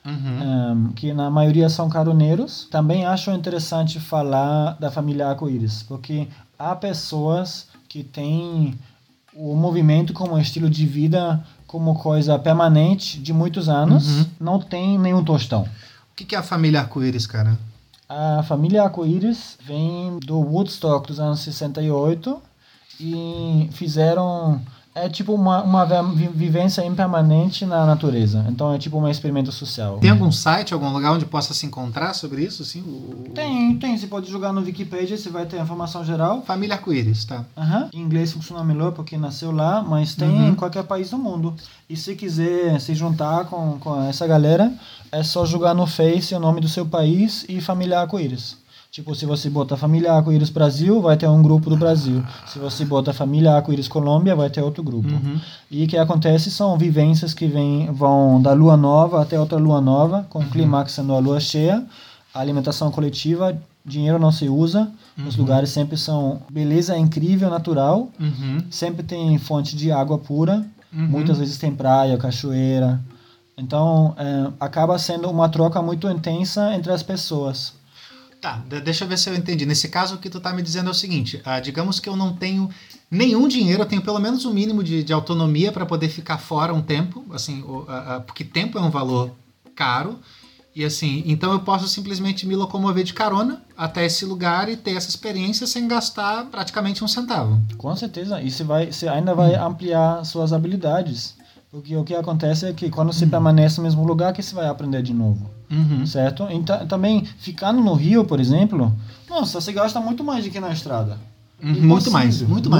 que na maioria são caroneiros. Também acho interessante falar da família Arco-Íris, porque há pessoas que têm o movimento como estilo de vida, como coisa permanente de muitos anos, não tem nenhum tostão. O que é a família Arco-Íris, cara? A família Arco-Íris vem do Woodstock dos anos 68 e fizeram... É tipo uma vivência impermanente na natureza. Então é tipo um experimento social. Tem algum site, algum lugar onde possa se encontrar sobre isso? Assim, Tem. Você pode jogar no Wikipedia, você vai ter a informação geral. Família Arco-Íris, tá? Em inglês funciona melhor porque nasceu lá, mas tem em qualquer país do mundo. E se quiser se juntar com essa galera, é só jogar no Face o nome do seu país e Família Arco-Íris. Tipo, se você botar Família Arco-Íris Brasil, vai ter um grupo do Brasil. Se você botar Família Arco-Íris Colômbia, vai ter outro grupo. E o que acontece são vivências que vão da lua nova até outra lua nova, com clímax sendo a lua cheia, a alimentação coletiva, dinheiro não se usa, os lugares sempre são beleza incrível, natural, sempre tem fonte de água pura, muitas vezes tem praia, cachoeira. Então, acaba sendo uma troca muito intensa entre as pessoas. Tá, deixa eu ver se eu entendi. Nesse caso, o que tu tá me dizendo é o seguinte, digamos que eu não tenho nenhum dinheiro, eu tenho pelo menos um mínimo de autonomia para poder ficar fora um tempo, assim, porque tempo é um valor caro, e assim, então eu posso simplesmente me locomover de carona até esse lugar e ter essa experiência sem gastar praticamente um centavo. Com certeza, e você ainda vai ampliar suas habilidades. Porque o que acontece é que quando você permanece no mesmo lugar, que você vai aprender de novo. Certo? Então, também, ficando no Rio, por exemplo, nossa, você gasta muito mais do que na estrada. Muito mais.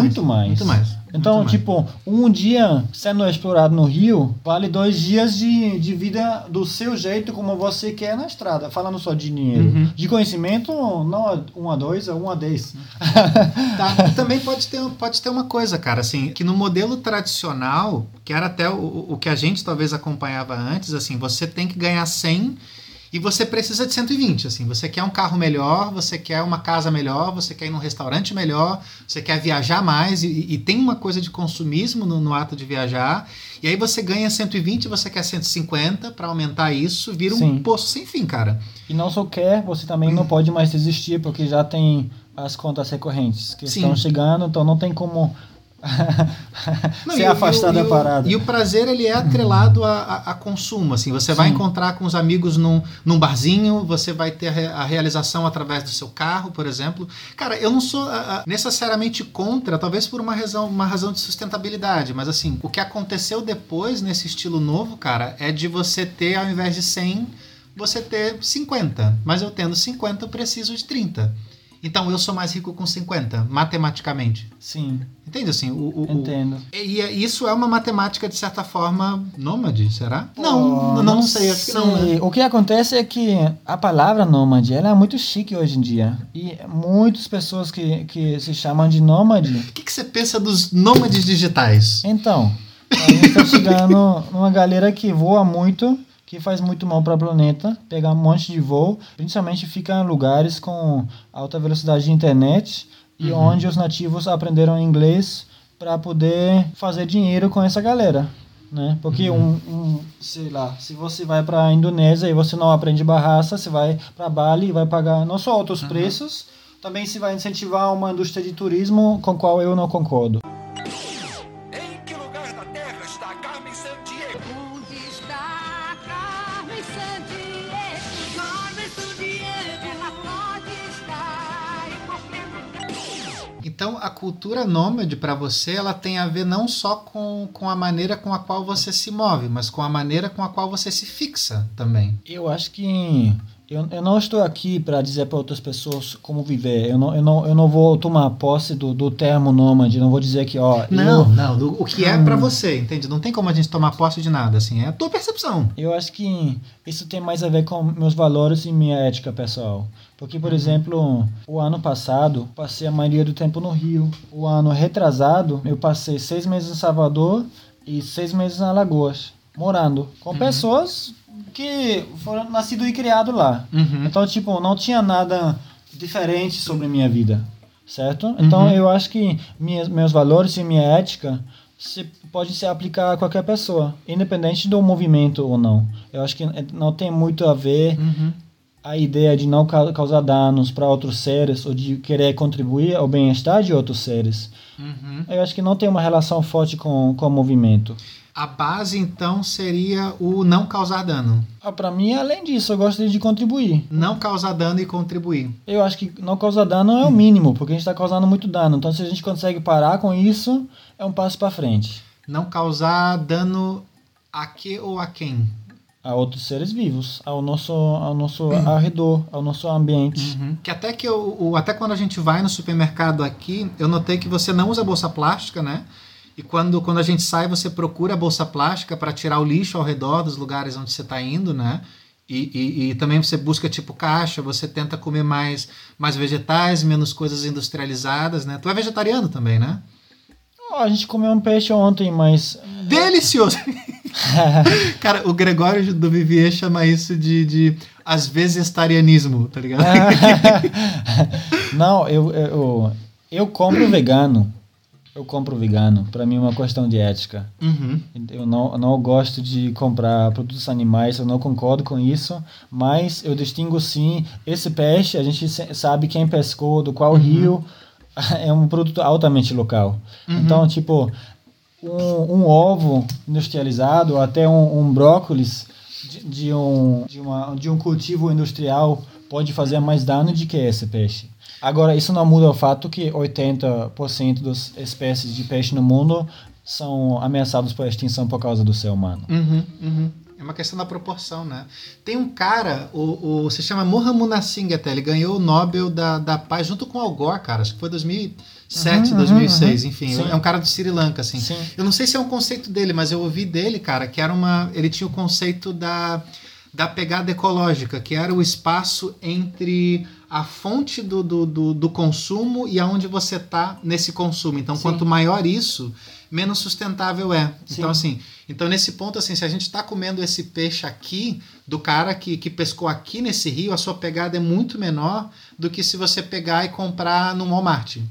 Então, tipo, um dia sendo explorado no Rio vale 2 dias de vida do seu jeito, como você quer na estrada. Falando só de dinheiro. De conhecimento, não é 1 a 2, é 1 a 10. Tá. Também pode ter uma coisa, cara, assim, que no modelo tradicional, que era até o que a gente talvez acompanhava antes, assim, você tem que ganhar 100 e você precisa de 120, assim, você quer um carro melhor, você quer uma casa melhor, você quer ir num restaurante melhor, você quer viajar mais, e tem uma coisa de consumismo no ato de viajar, e aí você ganha 120, você quer 150, para aumentar isso, vira um poço sem fim, cara. E não só quer, você também não pode mais desistir, porque já tem as contas recorrentes que estão chegando, então não tem como Não, Se afastar da parada. E o prazer, ele é atrelado a consumo, assim, você vai encontrar com os amigos num barzinho, você vai ter a realização através do seu carro, por exemplo. Cara, eu não sou necessariamente contra, talvez por uma razão de sustentabilidade, mas assim, o que aconteceu depois nesse estilo novo, cara, é de você ter, ao invés de 100, você ter 50, mas eu tendo 50, eu preciso de 30. Então eu sou mais rico com 50, matematicamente. Sim. Entende assim? Entendo. E isso é uma matemática, de certa forma, nômade, será? Não sei, acho que não. Né? O que acontece é que a palavra nômade, ela é muito chique hoje em dia. E muitas pessoas que se chamam de nômade... O que você pensa dos nômades digitais? Então, a gente está chegando numa galera que voa muito, que faz muito mal para o planeta, pega um monte de voo, principalmente fica em lugares com alta velocidade de internet e onde os nativos aprenderam inglês para poder fazer dinheiro com essa galera, né? Porque sei lá, se você vai para a Indonésia e você não aprende barraça, você vai para Bali e vai pagar não só altos preços, também se vai incentivar uma indústria de turismo com a qual eu não concordo. Em que lugar da terra está Carmen Sandiego? Onde está Carmen Sandiego? Carmen Sandiego. Ela pode estar em qualquer lugar. Então, a cultura nômade, para você, ela tem a ver não só com a maneira com a qual você se move, mas com a maneira com a qual você se fixa também. Eu acho que eu não estou aqui para dizer para outras pessoas como viver. Eu não vou tomar posse do termo nômade. Não vou dizer que, ó... o que é para você, entende? Não tem como a gente tomar posse de nada, assim. É a tua percepção. Eu acho que isso tem mais a ver com meus valores e minha ética pessoal. Porque, por exemplo, o ano passado, passei a maioria do tempo no Rio. O ano retrasado, eu passei 6 meses em Salvador e 6 meses em Alagoas, morando com pessoas que foram nascidos e criados lá. Então, tipo, não tinha nada diferente sobre minha vida, certo? Então, eu acho que meus valores e minha ética pode se aplicar a qualquer pessoa, independente do movimento ou não. Eu acho que não tem muito a ver a ideia de não causar danos para outros seres ou de querer contribuir ao bem-estar de outros seres. Eu acho que não tem uma relação forte com o movimento. A base, então, seria o não causar dano. Para mim, além disso, eu gosto de contribuir. Não causar dano e contribuir. Eu acho que não causar dano é o mínimo, porque a gente está causando muito dano. Então, se a gente consegue parar com isso, é um passo para frente. Não causar dano a que ou a quem? A outros seres vivos, ao nosso arredor, ao nosso ambiente. Que até quando a gente vai no supermercado aqui, eu notei que você não usa bolsa plástica, né? E quando a gente sai, você procura a bolsa plástica para tirar o lixo ao redor dos lugares onde você está indo, né? E também você busca tipo caixa, você tenta comer mais vegetais, menos coisas industrializadas, né? Tu é vegetariano também, né? A gente comeu um peixe ontem, mas... Delicioso! Cara, o Gregório do Vivier chama isso de às vezes vegetarianismo, tá ligado? Não, eu compro vegano. Eu compro vegano. Para mim é uma questão de ética. Eu não gosto de comprar produtos animais, eu não concordo com isso, mas eu distingo sim, esse peixe, a gente sabe quem pescou, do qual rio, é um produto altamente local. Então, tipo, um ovo industrializado, até um brócolis de um cultivo industrial pode fazer mais dano do que esse peixe. Agora, isso não muda o fato que 80% das espécies de peixe no mundo são ameaçadas por extinção por causa do ser humano. É uma questão da proporção, né? Tem um cara, se chama Mohamed Singh até, ele ganhou o Nobel da Paz junto com o Al Gore, cara, acho que foi 2007, 2006, enfim, é um cara do Sri Lanka, assim. Sim. Eu não sei se é um conceito dele, mas eu ouvi dele, cara, que ele tinha o conceito da pegada ecológica, que era o espaço entre a fonte do consumo e aonde você está nesse consumo. Então, quanto maior isso, menos sustentável é. Sim. Então, nesse ponto, assim, se a gente está comendo esse peixe aqui, do cara que pescou aqui nesse rio, a sua pegada é muito menor do que se você pegar e comprar no Walmart.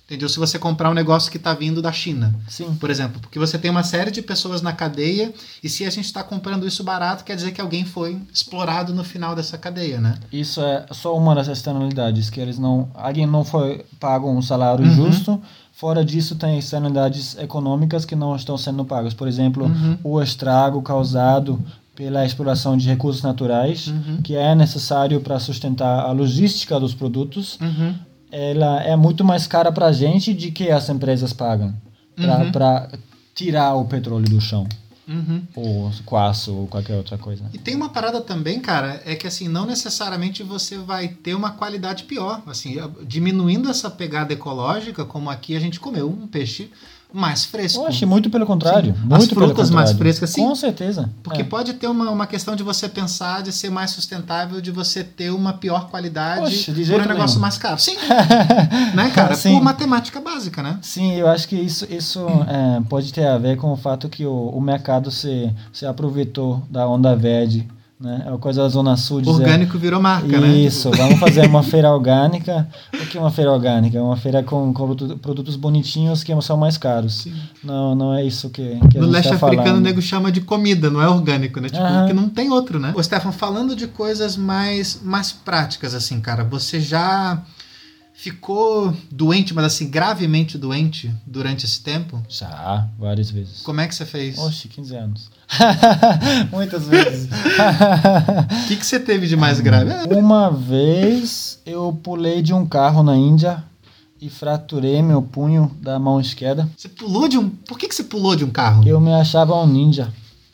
Entendeu? Se você comprar um negócio que está vindo da China, Sim. por exemplo. Porque você tem uma série de pessoas na cadeia e se a gente está comprando isso barato, quer dizer que alguém foi explorado no final dessa cadeia, né? Isso é só uma das externalidades, que alguém não foi pago um salário justo. Fora disso, tem externalidades econômicas que não estão sendo pagas. Por exemplo, o estrago causado pela exploração de recursos naturais, que é necessário para sustentar a logística dos produtos. Ela é muito mais cara para a gente do que as empresas pagam para tirar o petróleo do chão. Ou quartzo ou qualquer outra coisa. E tem uma parada também, cara, é que assim, não necessariamente você vai ter uma qualidade pior. Assim, diminuindo essa pegada ecológica, como aqui a gente comeu um peixe mais fresco. Eu acho muito pelo contrário. Sim. Muito As pelo frutas mais contrário. frescas, sim. Com certeza. Porque pode ter uma questão de você pensar de ser mais sustentável, de você ter uma pior qualidade Poxa, de por jeito um negócio nenhum. mais caro. Sim. Né, cara? Sim. Por matemática básica, né? Sim, eu acho que isso pode ter a ver com o fato que o mercado se aproveitou da onda verde, né? É uma coisa da Zona Sul dizer... Orgânico virou marca, né? Isso, vamos fazer uma feira orgânica. O que é uma feira orgânica? É uma feira com produtos bonitinhos que são mais caros. Sim. Não é isso que a No gente leste tá africano, falando. o nego chama de comida, não é orgânico, né? Tipo, Aham. que não tem outro, né? Ô, Stefan, falando de coisas mais práticas, assim, cara, você já ficou doente, mas assim, gravemente doente durante esse tempo? Já, várias vezes. Como é que você fez? Oxe, 15 anos. Muitas vezes. O que você teve de mais grave? Uma vez eu pulei de um carro na Índia e fraturei meu punho da mão esquerda. Você pulou de um... Por que você pulou de um carro? Eu me achava um ninja.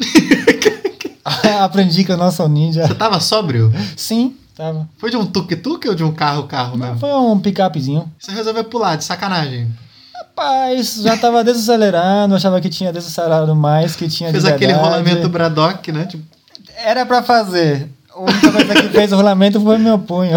Aprendi que eu não sou ninja. Você tava sóbrio? Sim, tava. Foi de um tuk-tuk ou de um carro mesmo? Foi um picapezinho. Você resolveu pular, de sacanagem. Rapaz, já tava desacelerando, achava que tinha desacelerado mais, que tinha Fez de aquele verdade. rolamento Braddock, né? Tipo, Era pra fazer. A única coisa que fez o rolamento foi meu punho.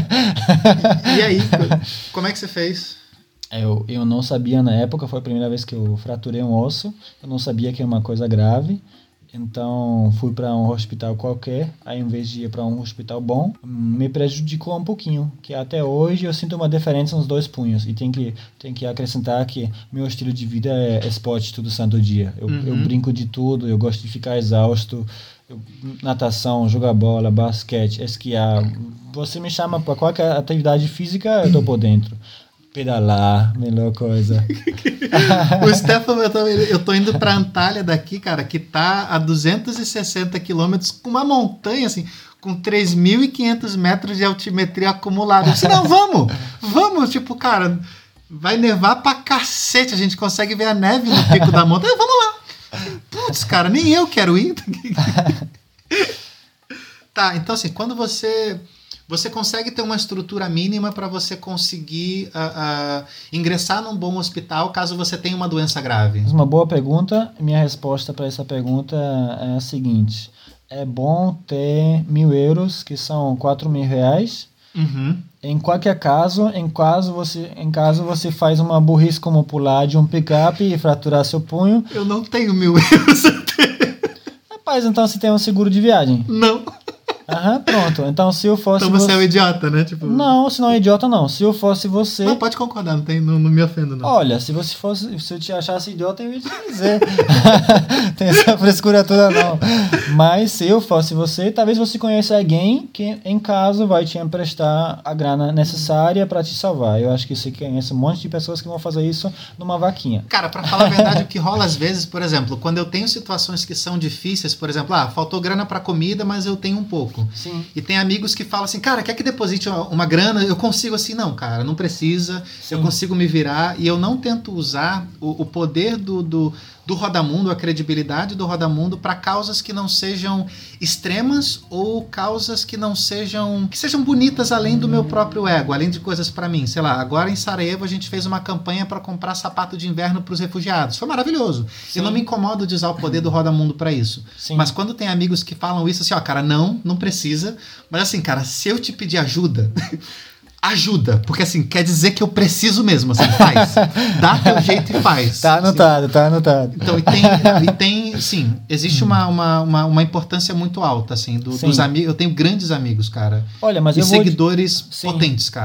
e aí, como é que você fez? Eu não sabia na época, foi a primeira vez que eu fraturei um osso. Eu não sabia que era uma coisa grave. Então fui para um hospital qualquer, aí em vez de ir para um hospital bom, me prejudicou um pouquinho, que até hoje eu sinto uma diferença nos dois punhos. E tem que acrescentar que meu estilo de vida é esporte todo santo dia. Eu brinco de tudo, eu gosto de ficar exausto. Natação, jogar bola, basquete, esquiar. Você me chama para qualquer atividade física, eu tô por dentro. Pedalar, melhor coisa. O Stefan, eu tô indo pra Antalya daqui, cara, que tá a 260 quilômetros com uma montanha, assim, com 3.500 metros de altimetria acumulada. Eu disse, não, vamos, tipo, cara, vai nevar pra cacete, a gente consegue ver a neve no pico da montanha, vamos lá. Putz, cara, nem eu quero ir. Tá, então assim, quando você consegue ter uma estrutura mínima para você conseguir ingressar num bom hospital caso você tenha uma doença grave? Uma boa pergunta. Minha resposta para essa pergunta é a seguinte. É bom ter 1.000 euros, que são 4.000 reais. Em qualquer caso, em caso você faz uma burrice como pular de um picape e fraturar seu punho. Eu não tenho 1.000 euros. Rapaz, então você tem um seguro de viagem. Não. Aham, pronto. Então se eu fosse Então você é um idiota, né? Tipo... Não, se não é idiota não. Se eu fosse você... Não, pode concordar, não me ofendo, não. Olha, se eu te achasse idiota, eu ia te dizer. Tem essa frescura toda, não. Mas se eu fosse você, talvez você conheça alguém que, em caso, vai te emprestar a grana necessária para te salvar. Eu acho que você conhece um monte de pessoas que vão fazer isso numa vaquinha. Cara, pra falar a verdade, o que rola às vezes, por exemplo, quando eu tenho situações que são difíceis, por exemplo, faltou grana pra comida, mas eu tenho um pouco. Sim. E tem amigos que falam assim, cara, quer que deposite uma grana? Eu consigo assim, não, cara, não precisa. Sim. Eu consigo me virar. E eu não tento usar o poder do Rodamundo, a credibilidade do Rodamundo para causas que não sejam extremas ou causas que sejam bonitas além do meu próprio ego, além de coisas para mim. Sei lá, agora em Sarajevo a gente fez uma campanha para comprar sapato de inverno para os refugiados. Foi maravilhoso. Sim. Eu não me incomodo de usar o poder do Rodamundo para isso. Sim. Mas quando tem amigos que falam isso assim, cara, não precisa. Mas assim, cara, se eu te pedir ajuda... Ajuda, porque assim, quer dizer que eu preciso mesmo, assim, faz. Dá teu jeito e faz. Tá anotado, assim. Tá anotado. Então, e tem, sim, existe uma importância muito alta, assim, dos amigos. Eu tenho grandes amigos, cara. Olha, mas e eu seguidores potentes, cara.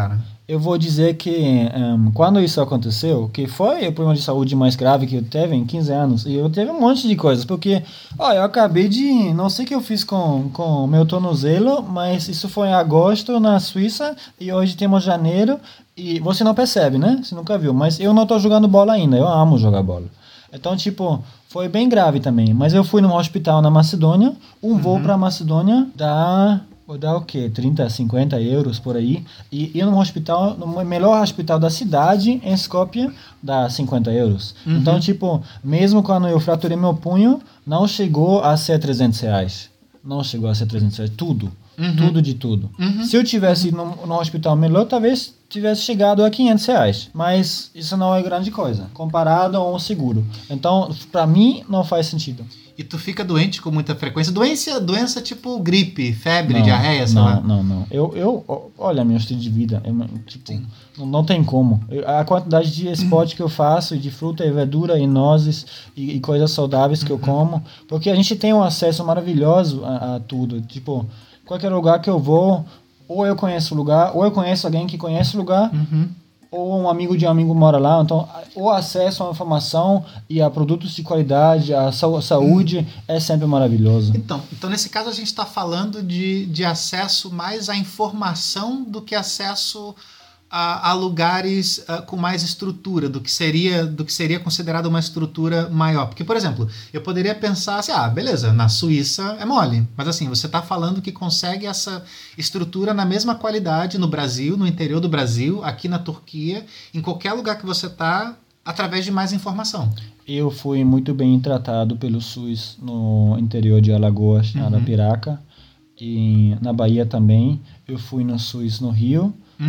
Eu vou dizer que quando isso aconteceu, que foi o problema de saúde mais grave que eu teve em 15 anos, e eu teve um monte de coisas, porque eu acabei de, não sei o que eu fiz com o meu tornozelo, mas isso foi em agosto na Suíça, e hoje temos janeiro, e você não percebe, né? Você nunca viu, mas eu não tô jogando bola ainda, eu amo jogar bola. Então, tipo, foi bem grave também, mas eu fui num hospital na Macedônia, voo pra Macedônia vou dar o quê? 30, 50 euros por aí. E ir num hospital, no melhor hospital da cidade, em Skopje, dá 50 euros. Então, tipo, mesmo quando eu fraturei meu punho, não chegou a ser 300 reais. Não chegou a ser 300 reais. Tudo. Tudo de tudo. Se eu tivesse ido num hospital melhor, talvez tivesse chegado a 500 reais. Mas isso não é grande coisa, comparado a um seguro. Então, pra mim, não faz sentido. E tu fica doente com muita frequência? Doença tipo gripe, febre, diarreia, sei lá? Não. Olha meu estilo de vida. Não tem como. A quantidade de esporte que eu faço, de fruta e verdura e nozes e coisas saudáveis que eu como. Porque a gente tem um acesso maravilhoso a tudo. Tipo, qualquer lugar que eu vou, ou eu conheço o lugar, ou eu conheço alguém que conhece o lugar, ou um amigo de um amigo mora lá. Então, o acesso à informação e a produtos de qualidade, a saúde, é sempre maravilhoso. Então, nesse caso, a gente está falando de acesso mais à informação do que acesso a lugares com mais estrutura, do que seria considerado uma estrutura maior. Porque, por exemplo, eu poderia pensar assim, beleza, na Suíça é mole, mas assim, você está falando que consegue essa estrutura na mesma qualidade no Brasil, no interior do Brasil, aqui na Turquia, em qualquer lugar que você está, através de mais informação. Eu fui muito bem tratado pelo SUS no interior de Alagoas, na Arapiraca, e na Bahia também. Eu fui no SUS no Rio.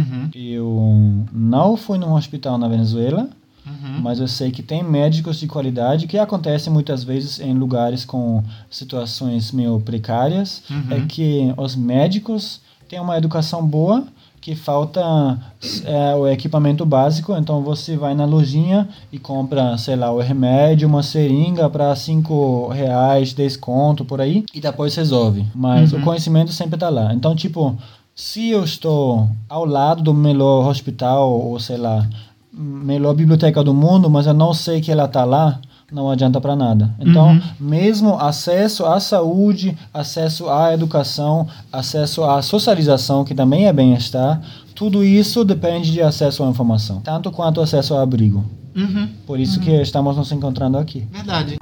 Eu não fui num hospital na Venezuela, mas eu sei que tem médicos de qualidade, que acontece muitas vezes em lugares com situações meio precárias, é que os médicos têm uma educação boa, que falta o equipamento básico. Então você vai na lojinha e compra, sei lá, o remédio, uma seringa para 5 reais, 10 conto, por aí, e depois resolve. Mas o conhecimento sempre tá lá. Então, tipo, se eu estou ao lado do melhor hospital, ou sei lá, melhor biblioteca do mundo, mas eu não sei que ela tá lá, não adianta para nada. Então, mesmo acesso à saúde, acesso à educação, acesso à socialização, que também é bem-estar, tudo isso depende de acesso à informação, tanto quanto acesso ao abrigo. Por isso que estamos nos encontrando aqui. Verdade.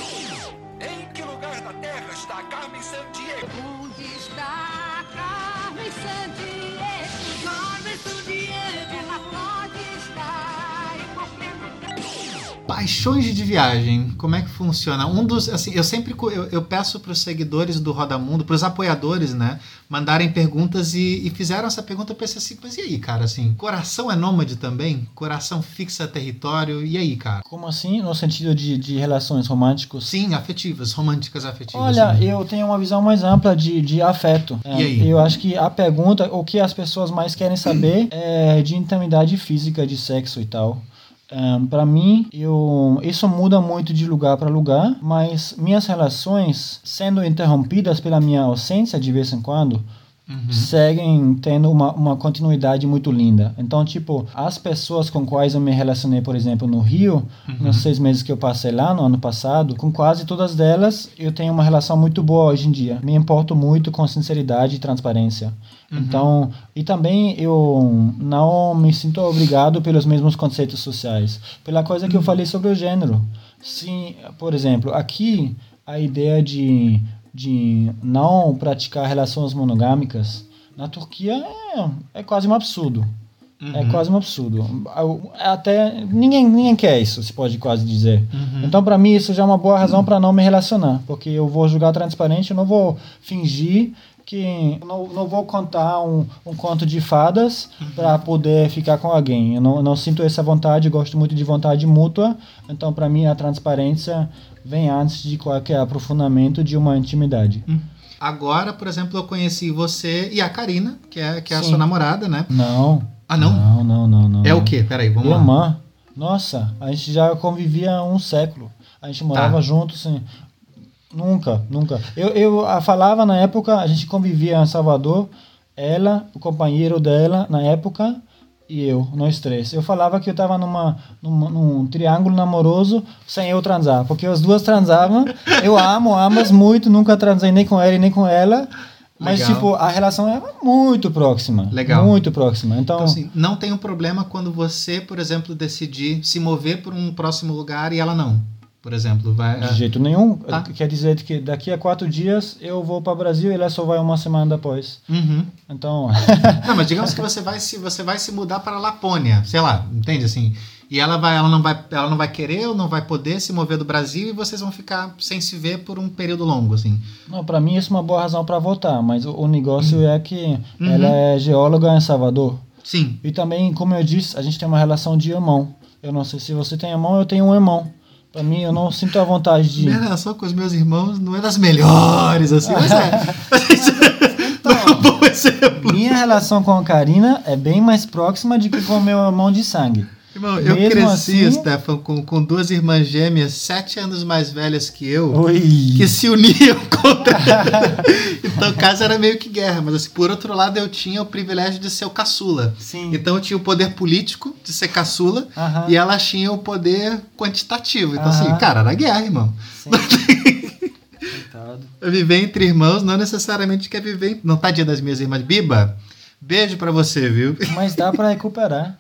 Em que lugar da Terra está Carmen Sandiego? Onde está Carmen Sandiego? Carmen Sandiego. Ela pode estar em qualquer lugar. Paixões de viagem, como é que funciona? Assim, eu peço para os seguidores do Roda Mundo, para os apoiadores, né, mandarem perguntas e fizeram essa pergunta. Eu pensei assim, mas e aí, cara, assim, coração é nômade também? Coração fixa território, e aí, cara? Como assim? No sentido de relações românticas? Sim, afetivas, românticas afetivas. Olha, né? eu tenho uma visão mais ampla de afeto. E aí? Eu acho que a pergunta, o que as pessoas mais querem saber é de intimidade física, de sexo e tal. Para mim, isso muda muito de lugar para lugar, mas minhas relações, sendo interrompidas pela minha ausência de vez em quando, seguem tendo uma continuidade muito linda. Então, tipo, as pessoas com quais eu me relacionei, por exemplo, no Rio, nos 6 meses que eu passei lá no ano passado, com quase todas delas eu tenho uma relação muito boa hoje em dia. Me importo muito com sinceridade e transparência. Então, e também eu não me sinto obrigado pelos mesmos conceitos sociais, pela coisa que eu falei sobre o gênero. Sim, por exemplo, aqui a ideia de não praticar relações monogâmicas na Turquia é quase um absurdo. É quase um absurdo. Até ninguém quer isso, se pode quase dizer. Então, para mim, isso já é uma boa razão para não me relacionar, porque eu vou jogar transparente, eu não vou fingir que não vou contar um conto de fadas para poder ficar com alguém. Eu não sinto essa vontade, eu gosto muito de vontade mútua. Então, para mim, a transparência vem antes de qualquer aprofundamento de uma intimidade. Agora, por exemplo, eu conheci você e a Karina, que é a sua namorada, né? Não. Ah, não? Não. É o quê? Peraí, vamos lá. Irmã. Nossa, a gente já convivia há um século. A gente morava juntos, assim. Nunca. Eu falava na época, a gente convivia em Salvador, ela, o companheiro dela, na época, e eu, nós três. Eu falava que eu tava num triângulo namoroso sem eu transar, porque as duas transavam. Eu amo muito, nunca transei nem com ele nem com ela. Mas, Legal. tipo, a relação é muito próxima. Legal. Muito próxima. Então assim, não tem um problema quando você, por exemplo, decidir se mover para um próximo lugar e ela não. Por exemplo, vai... de jeito nenhum. Tá. Quer dizer que daqui a 4 dias eu vou para o Brasil e ela só vai uma semana depois. Uhum. Então... Não, mas digamos que você vai se mudar para a Lapônia, sei lá, entende assim? E ela não vai querer ou não vai poder se mover do Brasil e vocês vão ficar sem se ver por um período longo, assim. Não, para mim isso é uma boa razão para voltar, mas o negócio é que ela é geóloga em Salvador. Sim. E também, como eu disse, a gente tem uma relação de irmão. Eu não sei se você tem irmão, eu tenho um irmão. Para mim, eu não sinto a vontade de... Minha relação com os meus irmãos não é das melhores, assim, mas é. Não é um bom exemplo. Minha relação com a Karina é bem mais próxima do que com o meu irmão de sangue. Irmão, eu Mesmo cresci, assim- Stefan, com 2 irmãs gêmeas, 7 anos mais velhas que eu, Oi. que se uniam contra Então, o caso era meio que guerra, mas assim, por outro lado, eu tinha o privilégio de ser o caçula. Sim. Então, eu tinha o poder político de ser caçula Aham. e elas tinham o poder quantitativo. Então, assim, Aham. cara, era guerra, irmão. Sim. Coitado. Viver entre irmãos não necessariamente quer viver... Não tá dia das minhas irmãs. Biba, beijo pra você, viu? Mas dá para recuperar.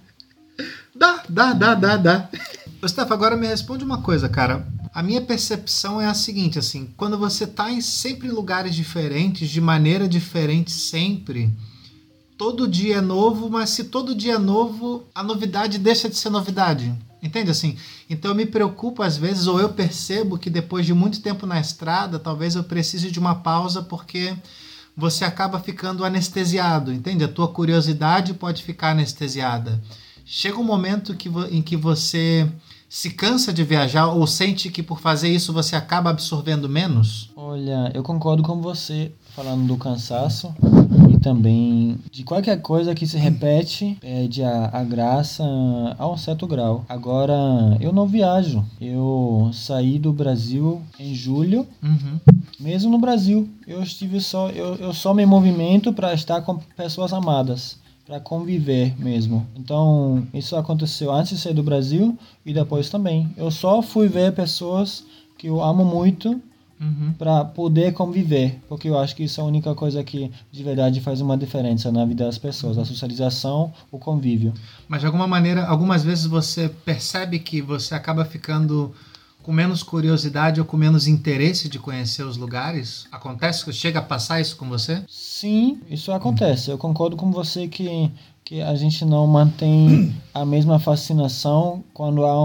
Dá. Gustavo, agora me responde uma coisa, cara. A minha percepção é a seguinte, assim, quando você tá sempre em lugares diferentes, de maneira diferente sempre, todo dia é novo, mas se todo dia é novo, a novidade deixa de ser novidade. Entende assim? Então eu me preocupo às vezes, ou eu percebo que depois de muito tempo na estrada, talvez eu precise de uma pausa porque você acaba ficando anestesiado, entende? A tua curiosidade pode ficar anestesiada. Chega um momento em que você se cansa de viajar ou sente que por fazer isso você acaba absorvendo menos? Olha, eu concordo com você falando do cansaço e também de qualquer coisa que se repete perde a graça a um certo grau. Agora, eu não viajo. Eu saí do Brasil em julho. Uhum. Mesmo no Brasil, eu só me movimento para estar com pessoas amadas, para conviver mesmo. Então, isso aconteceu antes de sair do Brasil e depois também. Eu só fui ver pessoas que eu amo muito para poder conviver, porque eu acho que isso é a única coisa que de verdade faz uma diferença na vida das pessoas, a socialização, o convívio. Mas de alguma maneira, algumas vezes você percebe que você acaba ficando com menos curiosidade ou com menos interesse de conhecer os lugares? Acontece? Chega a passar isso com você? Sim, isso acontece. Eu concordo com você que a gente não mantém a mesma fascinação quando há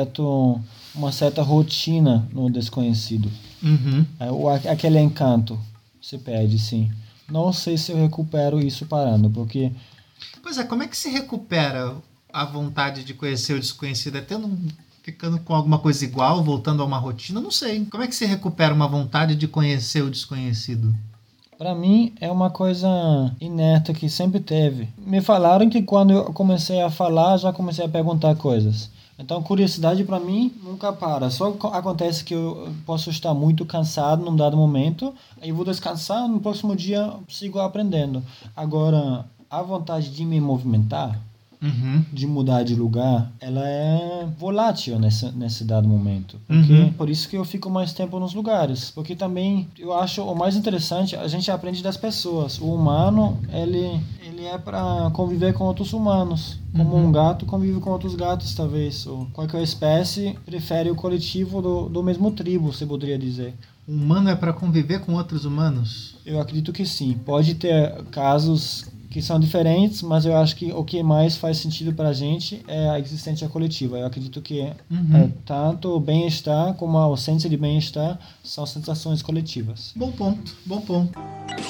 uma certa rotina no desconhecido. Uhum. Aquele encanto se perde, sim. Não sei se eu recupero isso parando, porque... Pois é, como é que se recupera a vontade de conhecer o desconhecido? É ficando com alguma coisa igual, voltando a uma rotina? Não sei. Como é que se recupera uma vontade de conhecer o desconhecido? Para mim é uma coisa inerte que sempre teve. Me falaram que quando eu comecei a falar, já comecei a perguntar coisas. Então, curiosidade para mim nunca para. Só acontece que eu posso estar muito cansado num dado momento, aí eu vou descansar, no próximo dia sigo aprendendo. Agora, a vontade de me movimentar, de mudar de lugar, ela é volátil nesse dado momento. Por isso que eu fico mais tempo nos lugares. Porque também, eu acho o mais interessante, a gente aprende das pessoas. O humano, ele é para conviver com outros humanos. Como um gato convive com outros gatos, talvez. Ou qualquer espécie prefere o coletivo do mesmo tribo, você poderia dizer. O humano é para conviver com outros humanos? Eu acredito que sim. Pode ter casos que são diferentes, mas eu acho que o que mais faz sentido para a gente é a existência coletiva. Eu acredito que tanto o bem-estar como a ausência de bem-estar são sensações coletivas. Bom ponto, bom ponto.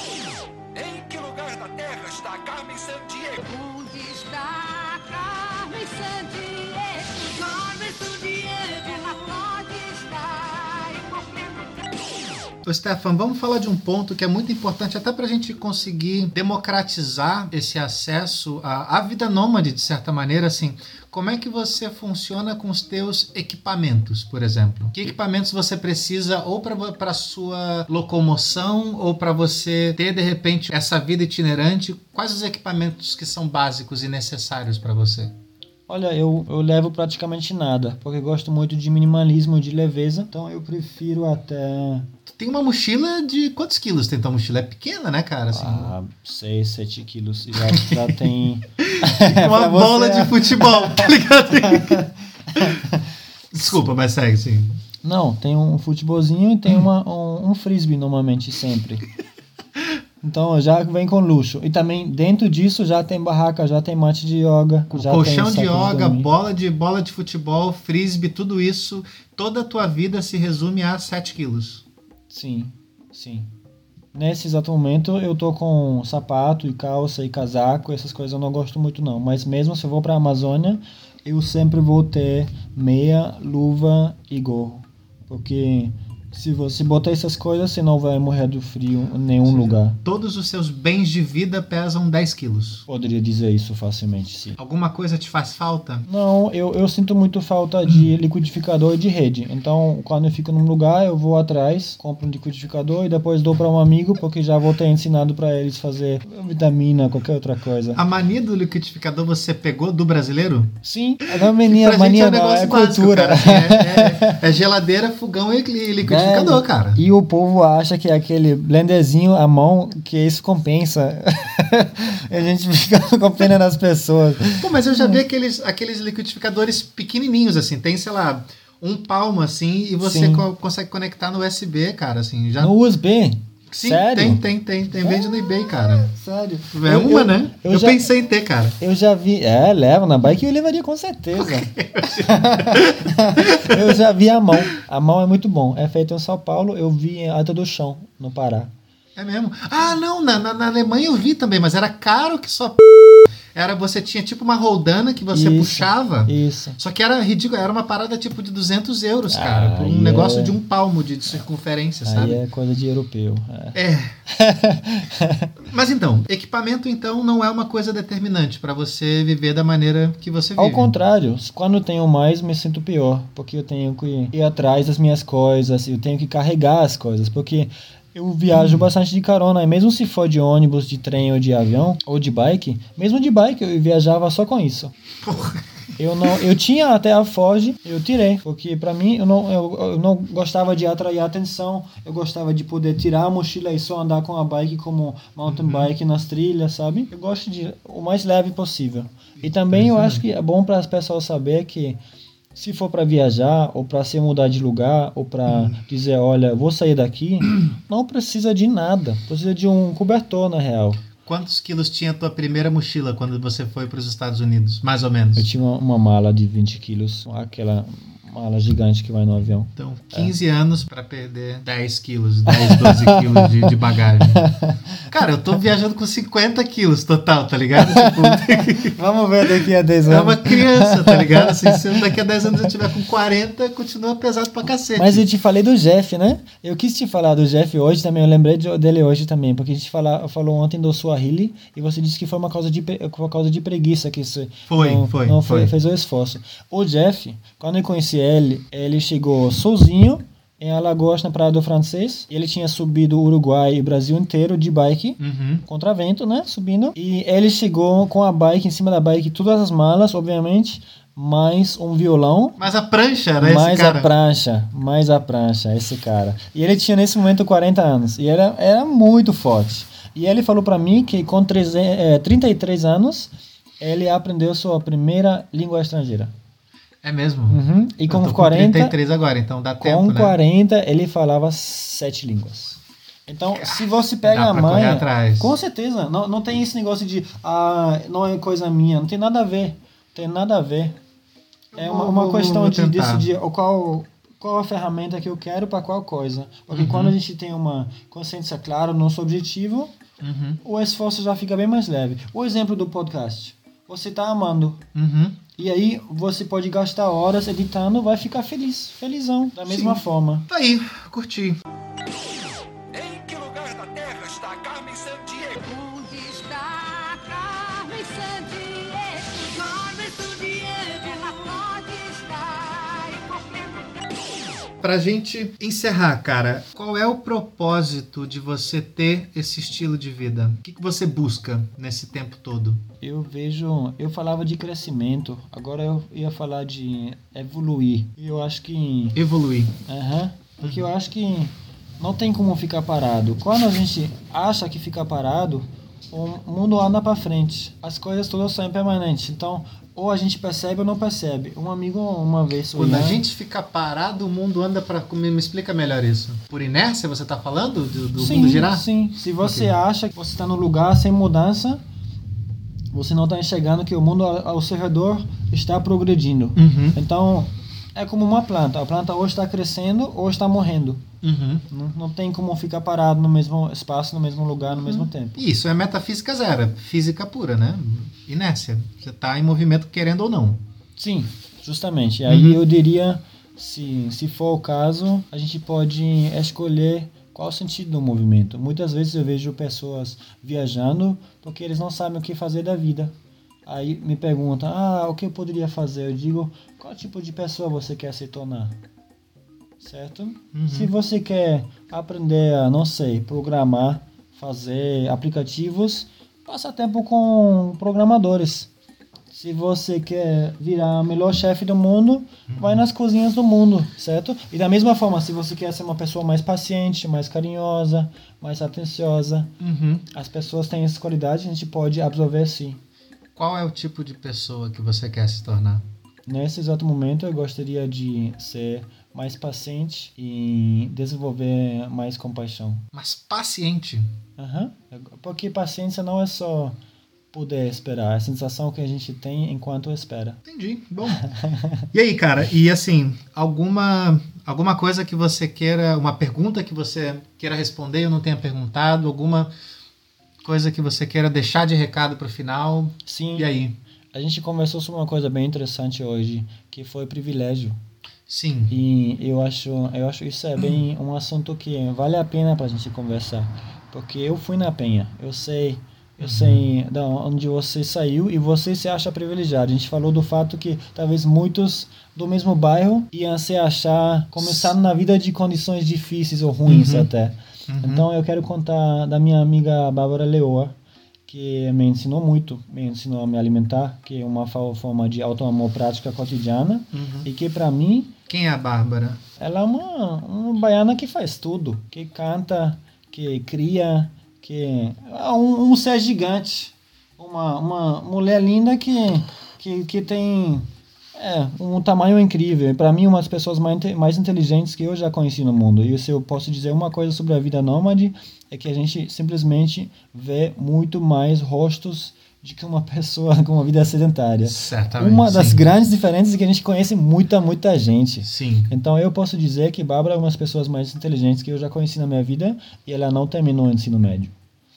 Em que lugar da Terra está Carmen Sandiego? Onde está Carmen Sandiego? Carmen Sandiego, ela pode estar em qualquer lugar. Ô Stefan, vamos falar de um ponto que é muito importante até para a gente conseguir democratizar esse acesso à vida nômade, de certa maneira, assim. Como é que você funciona com os teus equipamentos, por exemplo? Que equipamentos você precisa ou para sua locomoção ou para você ter, de repente, essa vida itinerante? Quais os equipamentos que são básicos e necessários para você? Olha, eu levo praticamente nada, porque gosto muito de minimalismo e de leveza, então eu prefiro até... Tu tem uma mochila de quantos quilos tem tua mochila? É pequena, né, cara? Assim, 6, 7 quilos. E já tem... uma bola de futebol, tá ligado? Desculpa, mas segue, sim. Não, tem um futebolzinho e tem um frisbee normalmente, sempre. Então já vem com luxo. E também dentro disso já tem barraca, já tem mate de yoga. Já colchão tem de yoga, bola de futebol, frisbee, tudo isso. Toda a tua vida se resume a 7 quilos. Sim. Nesse exato momento eu tô com sapato e calça e casaco, essas coisas eu não gosto muito não. Mas mesmo se eu vou pra Amazônia, eu sempre vou ter meia, luva e gorro. Porque... se você botar essas coisas, você não vai morrer do frio em nenhum lugar. Todos os seus bens de vida pesam 10 quilos. Poderia dizer isso facilmente, sim. Alguma coisa te faz falta? Não, eu sinto muito falta de liquidificador e de rede. Então, quando eu fico num lugar, eu vou atrás, compro um liquidificador e depois dou para um amigo, porque já vou ter ensinado para eles fazer vitamina, qualquer outra coisa. A mania do liquidificador você pegou do brasileiro? Sim, a mania não, é cultura. Cara, assim, é geladeira, fogão e liquidificador. Cara. E o povo acha que é aquele blenderzinho à mão, que isso compensa. A gente fica com pena nas pessoas. Pô, mas eu já vi aqueles liquidificadores pequenininhos, assim. Tem, sei lá, um palmo, assim, e você consegue conectar no USB, cara, assim. Já... No USB? Sim, sério? tem. Vende no eBay, cara. Sério? Né? Eu pensei em ter, cara. Eu já vi. Leva na bike eu levaria com certeza. Eu já vi a mão. A mão é muito bom. É feito em São Paulo. Eu vi em Alta do Chão, no Pará. É mesmo? Ah, não. Na Alemanha eu vi também, mas era caro que só... Você tinha tipo uma roldana que você puxava. Isso. Só que era ridículo, era uma parada tipo de 200 euros, cara. Por um negócio de um palmo de circunferência, sabe? Aí é coisa de europeu. Mas então, equipamento então não é uma coisa determinante pra você viver da maneira que você vive. Ao contrário, quando eu tenho mais, me sinto pior. Porque eu tenho que ir atrás das minhas coisas, eu tenho que carregar as coisas. Porque... eu viajo bastante de carona, e mesmo se for de ônibus, de trem ou de avião, ou de bike, mesmo de bike eu viajava só com isso. Porra. Eu tinha até a Ford, eu tirei, porque pra mim eu não gostava de atrair atenção, eu gostava de poder tirar a mochila e só andar com a bike como mountain bike nas trilhas, sabe? Eu gosto de o mais leve possível. E também eu acho que é bom para as pessoas saber que se for para viajar, ou para se mudar de lugar, ou para dizer, olha, vou sair daqui, não precisa de nada. Precisa de um cobertor, na real. Quantos quilos tinha a tua primeira mochila quando você foi para os Estados Unidos? Mais ou menos. Eu tinha uma mala de 20 quilos, aquela mala gigante que vai no avião. Então, 15 anos para perder 10 quilos, 10, 12 quilos de bagagem. Cara, eu tô viajando com 50 quilos total, tá ligado? Tipo, vamos ver daqui a 10 anos. É uma criança, tá ligado? Assim, se daqui a 10 anos eu tiver com 40, continua pesado pra cacete. Mas eu te falei do Jeff, né? Eu quis te falar do Jeff hoje também, eu lembrei dele hoje também, porque a gente falou ontem do Swahili e você disse que foi por causa de preguiça que você não fez o esforço. O Jeff, quando eu conheci ele chegou sozinho em Alagoas, na Praia do Francês. Ele tinha subido o Uruguai e o Brasil inteiro de bike, contra vento, né? Subindo. E ele chegou com a bike, em cima da bike, todas as malas, obviamente, mais um violão. Mais a prancha, né? Mais a prancha, esse cara. E ele tinha nesse momento 40 anos. E era muito forte. E ele falou pra mim que com 33 anos, ele aprendeu sua primeira língua estrangeira. É mesmo? E com 40... 33 agora, então dá tempo, né? Com 40, ele falava 7 línguas. Então, se você pega a manha... Com certeza. Não tem esse negócio de... não é coisa minha. Não tem nada a ver. É uma questão de decidir qual a ferramenta que eu quero para qual coisa. Porque quando a gente tem uma consciência clara no nosso objetivo, o esforço já fica bem mais leve. O exemplo do podcast. Você tá amando. E aí você pode gastar horas editando, vai ficar felizão, da mesma forma. Tá aí, curti. Pra gente encerrar, cara, qual é o propósito de você ter esse estilo de vida? O que você busca nesse tempo todo? Eu falava de crescimento, agora eu ia falar de evoluir. E eu acho que... Evoluir. Porque eu acho que não tem como ficar parado. Quando a gente acha que fica parado, o mundo anda para frente. As coisas todas são impermanentes. Então, ou a gente percebe ou não percebe. Um amigo uma vez... Quando a gente fica parado, o mundo anda para... Me explica melhor isso. Por inércia você está falando do mundo girar? Sim. Se você acha que você está no lugar sem mudança, você não está enxergando que o mundo ao seu redor está progredindo. Então, é como uma planta. A planta ou está crescendo ou está morrendo. Não tem como ficar parado no mesmo espaço, no mesmo lugar, no mesmo tempo. Isso é metafísica zero, física pura, né? Inércia. Você está em movimento querendo ou não. Sim, justamente. Aí eu diria, se for o caso, a gente pode escolher qual o sentido do movimento. Muitas vezes eu vejo pessoas viajando porque eles não sabem o que fazer da vida. Aí me perguntam, o que eu poderia fazer? Eu digo, qual tipo de pessoa você quer se tornar? Certo? Se você quer aprender a, não sei, programar, fazer aplicativos, passa tempo com programadores. Se você quer virar o melhor chefe do mundo, vai nas cozinhas do mundo, certo? E da mesma forma, se você quer ser uma pessoa mais paciente, mais carinhosa, mais atenciosa, as pessoas têm essas qualidades, a gente pode absorver sim. Qual é o tipo de pessoa que você quer se tornar? Nesse exato momento, eu gostaria de ser mais paciente e desenvolver mais compaixão. Mas paciente? Porque paciência não é só poder esperar, é a sensação que a gente tem enquanto espera. Entendi, bom. E aí, cara, e assim, alguma coisa que você queira, uma pergunta que você queira responder, eu não tenha perguntado, alguma coisa que você queira deixar de recado pro final? Sim. E aí? A gente conversou sobre uma coisa bem interessante hoje, que foi privilégio. Sim. E eu acho isso é bem um assunto que vale a pena pra gente conversar. Porque eu fui na Penha, eu sei de onde você saiu e você se acha privilegiado. A gente falou do fato que talvez muitos do mesmo bairro iam se achar começando na vida de condições difíceis ou ruins até. Então eu quero contar da minha amiga Bárbara Leoa, que me ensinou a me alimentar, que é uma forma de autoamor prática cotidiana, e que para mim... Quem é a Bárbara? Ela é uma baiana que faz tudo, que canta, que cria, que é um ser gigante, uma mulher linda que tem um tamanho incrível. Para mim, uma das pessoas mais inteligentes que eu já conheci no mundo. E se eu posso dizer uma coisa sobre a vida nômade, é que a gente simplesmente vê muito mais rostos do que uma pessoa com uma vida sedentária. Certamente. Uma das grandes diferenças é que a gente conhece muita gente. Sim. Então eu posso dizer que Bárbara é uma das pessoas mais inteligentes que eu já conheci na minha vida e ela não terminou o ensino médio.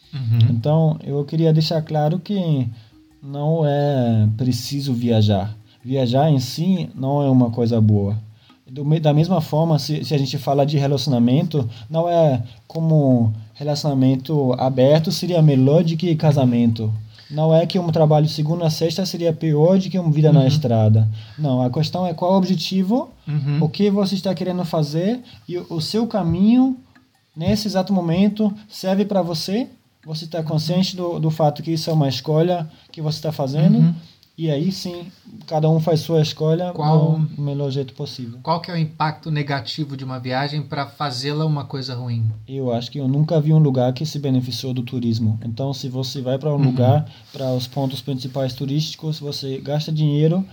Então eu queria deixar claro que não é preciso viajar. Viajar em si não é uma coisa boa. Da mesma forma, se a gente fala de relacionamento, não é como relacionamento aberto seria melhor do que casamento. Não é que um trabalho segunda a sexta seria pior do que uma vida na estrada. Não, a questão é qual o objetivo, o que você está querendo fazer e o seu caminho, nesse exato momento, serve para você. Você está consciente do fato que isso é uma escolha que você está fazendo. E aí sim, cada um faz sua escolha do melhor jeito possível. Qual que é o impacto negativo de uma viagem para fazê-la uma coisa ruim? Eu acho que eu nunca vi um lugar que se beneficiou do turismo. Então, se você vai para um lugar, para os pontos principais turísticos, você gasta dinheiro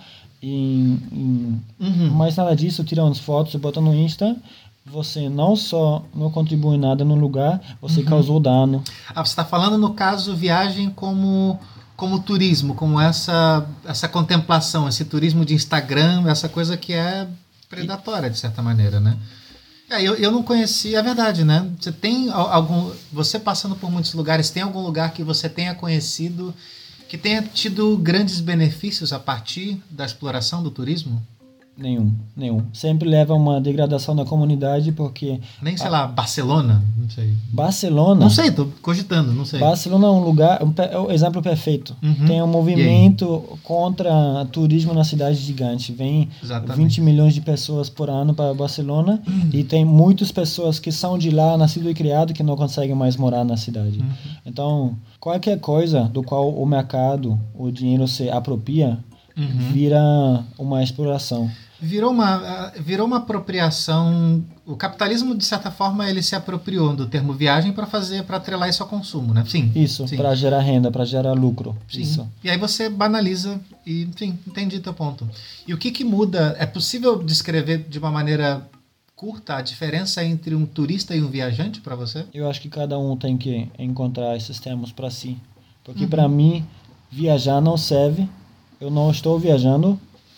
mais nada disso, tira umas fotos e bota no Insta. Você não só não contribui nada no lugar, você causou dano. Você está falando, no caso, viagem como turismo, como essa contemplação, esse turismo de Instagram, essa coisa que é predatória, de certa maneira, né? Eu não conheci, é verdade, né? Você tem você passando por muitos lugares, tem algum lugar que você tenha conhecido que tenha tido grandes benefícios a partir da exploração do turismo? Nenhum. Sempre leva a uma degradação da comunidade, porque... Nem, sei lá, Barcelona? Não sei. Barcelona... Não sei, tô cogitando, não sei. Barcelona é um lugar, é o exemplo perfeito. Tem um movimento contra turismo na cidade gigante. Vem Exatamente. 20 milhões de pessoas por ano para Barcelona e tem muitas pessoas que são de lá, nascido e criado, que não conseguem mais morar na cidade. Então, qualquer coisa do qual o mercado, o dinheiro se apropria, vira uma exploração. Virou uma apropriação. O capitalismo, de certa forma, ele se apropriou do termo viagem para atrelar isso ao consumo, né? Sim. Isso, para gerar renda, para gerar lucro. Sim. Isso. E aí você banaliza e, enfim, entendi teu ponto. E o que muda? É possível descrever de uma maneira curta a diferença entre um turista e um viajante para você? Eu acho que cada um tem que encontrar esses termos para si. Porque para mim, viajar não serve. Eu não estou viajando.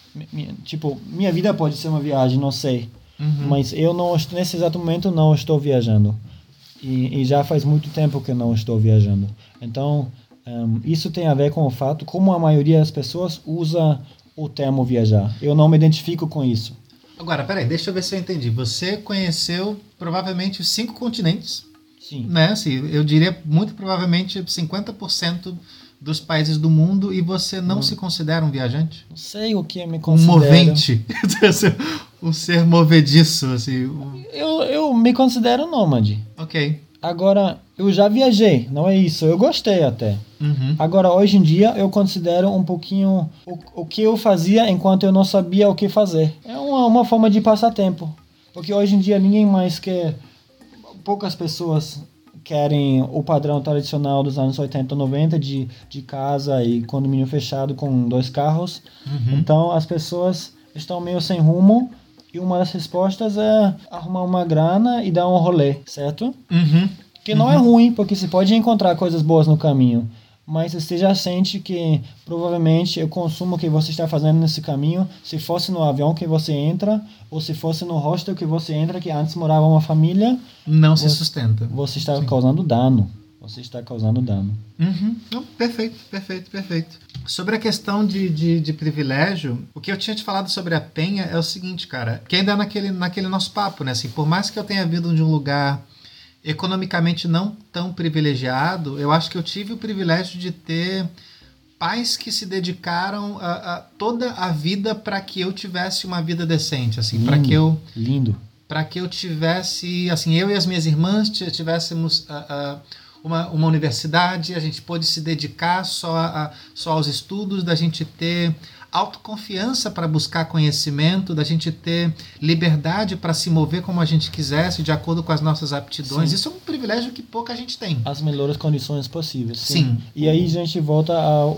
Minha vida pode ser uma viagem, não sei. Mas eu não, nesse exato momento, não estou viajando. E já faz muito tempo que não estou viajando. Então, isso tem a ver com o fato como a maioria das pessoas usa o termo viajar. Eu não me identifico com isso. Agora, peraí, deixa eu ver se eu entendi. Você conheceu provavelmente os 5 continentes. Sim. Né? Assim, eu diria muito provavelmente 50% dos países do mundo, e você não se considera um viajante? Não sei o que eu me Um considero. movente. Um ser movediço, assim. Eu me considero nômade. Ok. Agora, eu já viajei, não é isso. Eu gostei até. Agora, hoje em dia, eu considero um pouquinho o que eu fazia enquanto eu não sabia o que fazer. É uma forma de passatempo. Porque hoje em dia, ninguém mais quer... Poucas pessoas querem o padrão tradicional dos anos 80, 90 de casa e condomínio fechado com 2 carros. Então, as pessoas estão meio sem rumo. E uma das respostas é arrumar uma grana e dar um rolê, certo? Que não é ruim, porque você pode encontrar coisas boas no caminho. Mas você já sente que provavelmente o consumo que você está fazendo nesse caminho, se fosse no avião que você entra, ou se fosse no hostel que você entra, que antes morava uma família... Não se sustenta. Você está causando dano. Não, perfeito. Sobre a questão de privilégio, o que eu tinha te falado sobre a Penha é o seguinte, cara, que ainda naquele nosso papo, né? Assim, por mais que eu tenha vindo de um lugar economicamente não tão privilegiado, eu acho que eu tive o privilégio de ter pais que se dedicaram toda a vida para que eu tivesse uma vida decente, assim, para que eu... Lindo. Para que eu tivesse, assim, eu e as minhas irmãs tivéssemos uma universidade, a gente pôde se dedicar só aos estudos, da gente ter autoconfiança para buscar conhecimento, da gente ter liberdade para se mover como a gente quisesse, de acordo com as nossas aptidões. Sim. Isso é um privilégio que pouca gente tem. As melhores condições possíveis. Sim. E aí a gente volta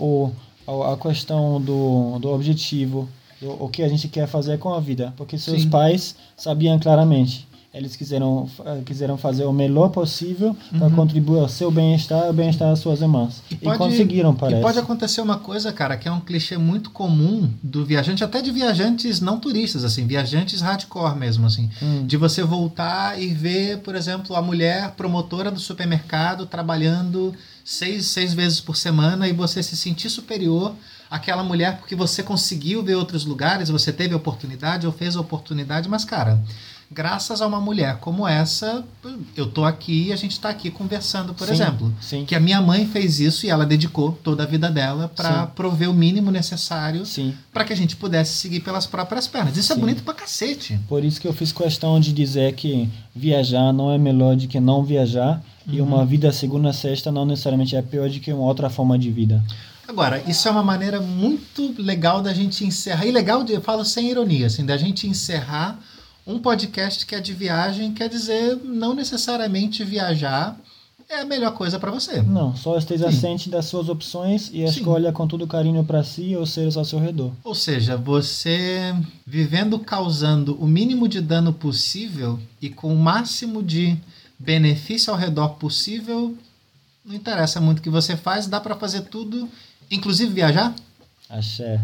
à questão do objetivo, o que a gente quer fazer com a vida. Porque seus pais sabiam claramente. Eles quiseram fazer o melhor possível para contribuir ao seu bem-estar e ao bem-estar das suas irmãs. E conseguiram, parece. E pode acontecer uma coisa, cara, que é um clichê muito comum do viajante, até de viajantes não turistas, assim, viajantes hardcore mesmo, assim. De você voltar e ver, por exemplo, a mulher promotora do supermercado trabalhando 6 vezes por semana e você se sentir superior àquela mulher porque você conseguiu ver outros lugares, você teve a oportunidade ou fez a oportunidade, mas, cara... Graças a uma mulher como essa, eu tô aqui e a gente tá aqui conversando, por exemplo. Sim. Que a minha mãe fez isso e ela dedicou toda a vida dela para prover o mínimo necessário para que a gente pudesse seguir pelas próprias pernas. Isso é bonito pra cacete. Por isso que eu fiz questão de dizer que viajar não é melhor do que não viajar e uma vida segunda a sexta não necessariamente é pior do que uma outra forma de vida. Agora, isso é uma maneira muito legal da gente encerrar, e legal, eu falo sem ironia, assim, da gente encerrar um podcast que é de viagem, quer dizer, não necessariamente viajar é a melhor coisa para você. Não, só esteja ciente das suas opções e escolha com todo carinho para si e os seres ao seu redor. Ou seja, você vivendo causando o mínimo de dano possível e com o máximo de benefício ao redor possível, não interessa muito o que você faz, dá para fazer tudo, inclusive viajar? Axé.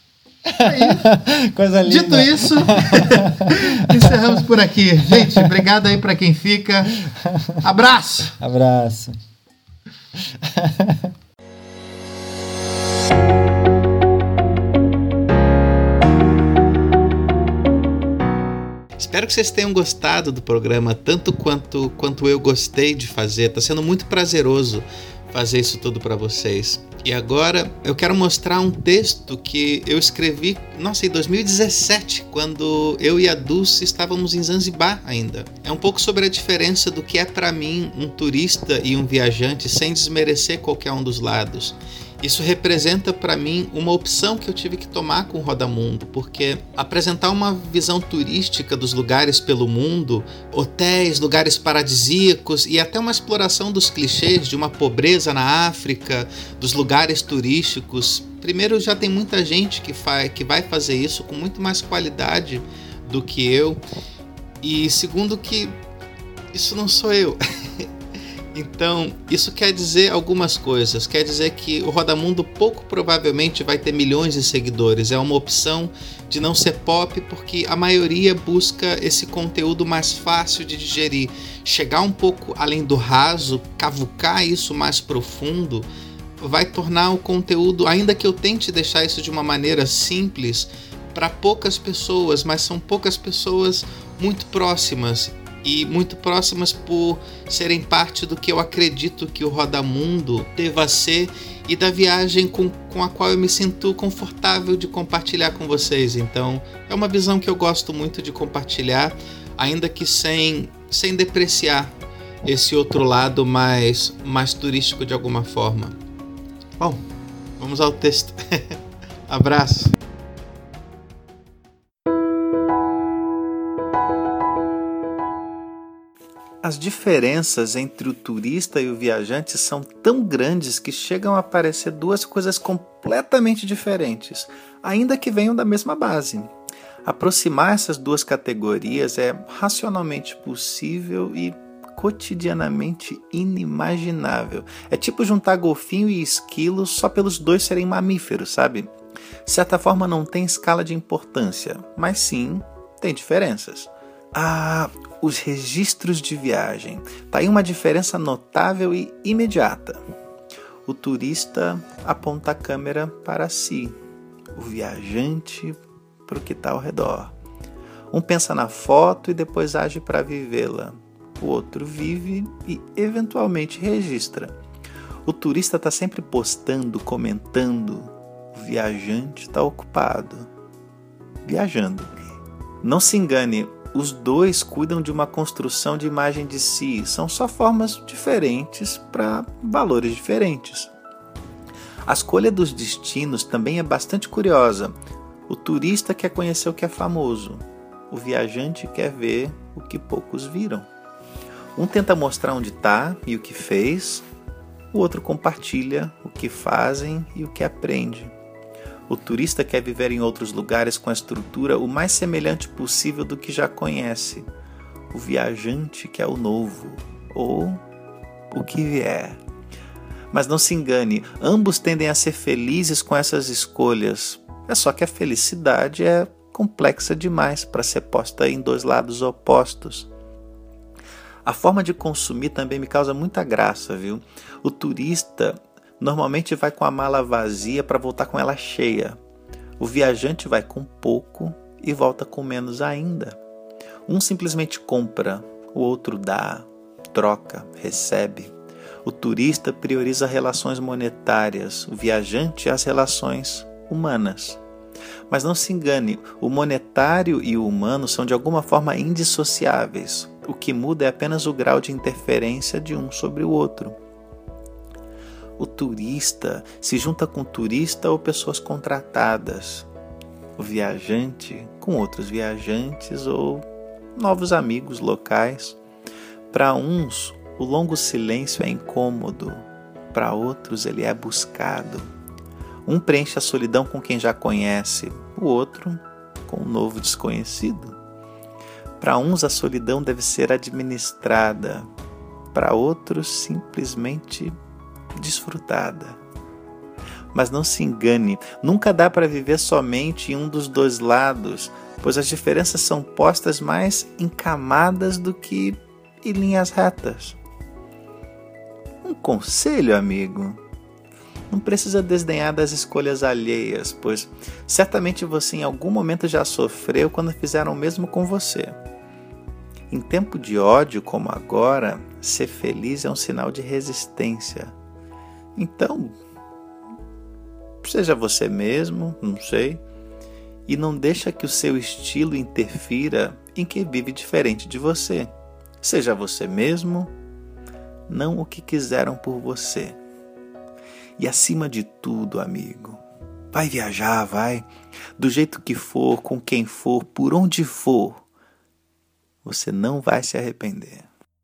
Aí, coisa linda. Dito isso, encerramos por aqui. Gente, obrigado aí para quem fica. Abraço! Abraço. Espero que vocês tenham gostado do programa, tanto quanto eu gostei de fazer. Tá sendo muito prazeroso fazer isso tudo para vocês. E agora eu quero mostrar um texto que eu escrevi, em 2017, quando eu e a Dulce estávamos em Zanzibar ainda. É um pouco sobre a diferença do que é para mim um turista e um viajante, sem desmerecer qualquer um dos lados. Isso representa para mim uma opção que eu tive que tomar com o Roda Mundo, porque apresentar uma visão turística dos lugares pelo mundo, hotéis, lugares paradisíacos e até uma exploração dos clichês de uma pobreza na África, dos lugares turísticos. Primeiro, já tem muita gente que vai fazer isso com muito mais qualidade do que eu. E segundo, que isso não sou eu. Então, isso quer dizer algumas coisas. Quer dizer que o Roda Mundo pouco provavelmente vai ter milhões de seguidores. É uma opção de não ser pop, porque a maioria busca esse conteúdo mais fácil de digerir. Chegar um pouco além do raso, cavucar isso mais profundo, vai tornar o conteúdo, ainda que eu tente deixar isso de uma maneira simples, para poucas pessoas, mas são poucas pessoas muito próximas. E muito próximas por serem parte do que eu acredito que o Roda Mundo deva ser e da viagem com a qual eu me sinto confortável de compartilhar com vocês. Então, é uma visão que eu gosto muito de compartilhar, ainda que sem depreciar esse outro lado mais turístico de alguma forma. Bom, vamos ao texto. Abraço. As diferenças entre o turista e o viajante são tão grandes que chegam a parecer duas coisas completamente diferentes, ainda que venham da mesma base. Aproximar essas duas categorias é racionalmente possível e cotidianamente inimaginável. É tipo juntar golfinho e esquilo só pelos dois serem mamíferos, sabe? De certa forma não tem escala de importância, mas sim tem diferenças. Os registros de viagem. Tá aí uma diferença notável e imediata. O turista aponta a câmera para si, o viajante para o que está ao redor. Um pensa na foto e depois age para vivê-la. O outro vive e eventualmente registra. O turista está sempre postando, comentando. O viajante está ocupado, viajando. Não se engane, os dois cuidam de uma construção de imagem de si. São só formas diferentes para valores diferentes. A escolha dos destinos também é bastante curiosa. O turista quer conhecer o que é famoso. O viajante quer ver o que poucos viram. Um tenta mostrar onde está e o que fez. O outro compartilha o que fazem e o que aprende. O turista quer viver em outros lugares com a estrutura o mais semelhante possível do que já conhece. O viajante quer o novo, ou o que vier. Mas não se engane, ambos tendem a ser felizes com essas escolhas. É só que a felicidade é complexa demais para ser posta em dois lados opostos. A forma de consumir também me causa muita graça, viu? O turista normalmente vai com a mala vazia para voltar com ela cheia. O viajante vai com pouco e volta com menos ainda. Um simplesmente compra, o outro dá, troca, recebe. O turista prioriza relações monetárias, o viajante as relações humanas. Mas não se engane, o monetário e o humano são de alguma forma indissociáveis. O que muda é apenas o grau de interferência de um sobre o outro. O turista se junta com o turista ou pessoas contratadas. O viajante com outros viajantes ou novos amigos locais. Para uns, o longo silêncio é incômodo. Para outros, ele é buscado. Um preenche a solidão com quem já conhece, o outro com um novo desconhecido. Para uns, a solidão deve ser administrada. Para outros, simplesmente desfrutada. Mas não se engane, nunca dá para viver somente em um dos dois lados, pois as diferenças são postas mais em camadas do que em linhas retas. Um conselho, amigo: não precisa desdenhar das escolhas alheias, pois certamente você em algum momento já sofreu quando fizeram o mesmo com você. Em tempo de ódio como agora, ser feliz é um sinal de resistência. Então, seja você mesmo, não sei, e não deixa que o seu estilo interfira em quem vive diferente de você. Seja você mesmo, não o que quiseram por você. E acima de tudo, amigo, vai viajar, vai, do jeito que for, com quem for, por onde for, você não vai se arrepender.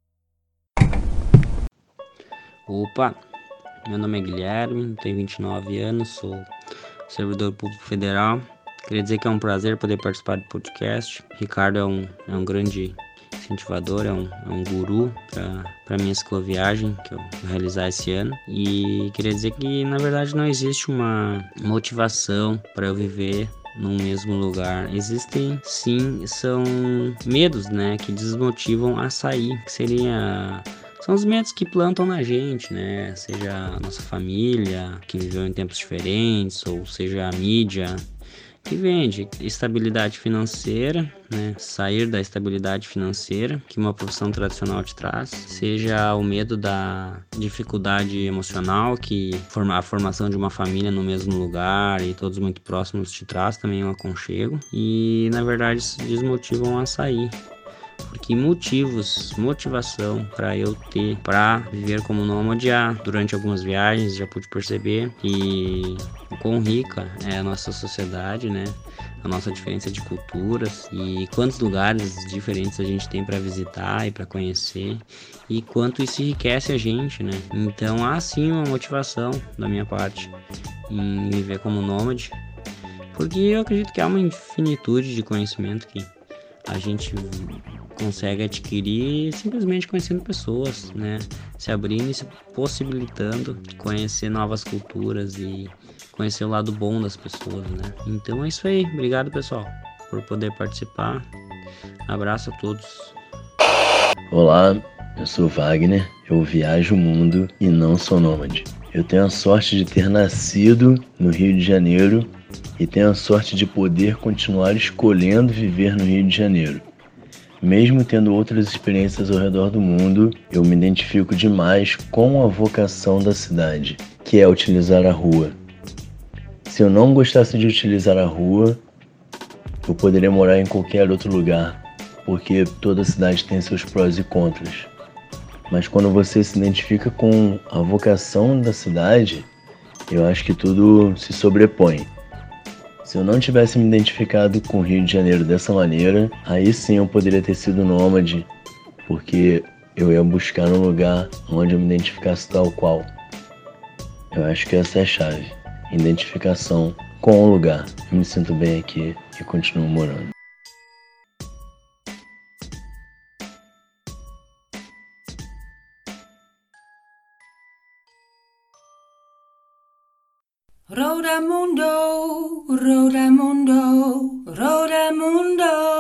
Opa, meu nome é Guilherme, tenho 29 anos, sou servidor público federal. Queria dizer que é um prazer poder participar do podcast. Ricardo é um grande incentivador, é um guru para minha cicloviagem que eu vou realizar esse ano. E queria dizer que na verdade não existe uma motivação para eu viver num mesmo lugar. Existem sim, são medos, né, que desmotivam a sair, que são os medos que plantam na gente, né? Seja a nossa família, que viveu em tempos diferentes, ou seja a mídia, que vende estabilidade financeira, né? Sair da estabilidade financeira que uma profissão tradicional te traz, seja o medo da dificuldade emocional que a formação de uma família no mesmo lugar e todos muito próximos te traz também um aconchego, e na verdade desmotivam a sair. Porque motivação para eu ter, para viver como nômade, durante algumas viagens já pude perceber que o quão rica é a nossa sociedade, né? A nossa diferença de culturas e quantos lugares diferentes a gente tem para visitar e para conhecer e quanto isso enriquece a gente, né? Então há sim uma motivação da minha parte em viver como nômade, porque eu acredito que há uma infinitude de conhecimento que a gente consegue adquirir simplesmente conhecendo pessoas, né? Se abrindo e se possibilitando de conhecer novas culturas e conhecer o lado bom das pessoas, né? Então é isso aí. Obrigado, pessoal, por poder participar. Abraço a todos. Olá, eu sou Wagner, eu viajo o mundo e não sou nômade. Eu tenho a sorte de ter nascido no Rio de Janeiro e tenho a sorte de poder continuar escolhendo viver no Rio de Janeiro. Mesmo tendo outras experiências ao redor do mundo, eu me identifico demais com a vocação da cidade, que é utilizar a rua. Se eu não gostasse de utilizar a rua, eu poderia morar em qualquer outro lugar, porque toda cidade tem seus prós e contras. Mas quando você se identifica com a vocação da cidade, eu acho que tudo se sobrepõe. Se eu não tivesse me identificado com o Rio de Janeiro dessa maneira, aí sim eu poderia ter sido nômade, porque eu ia buscar um lugar onde eu me identificasse tal qual. Eu acho que essa é a chave. Identificação com o lugar. Eu me sinto bem aqui e continuo morando. Rodamundo, Rodamundo, Rodamundo.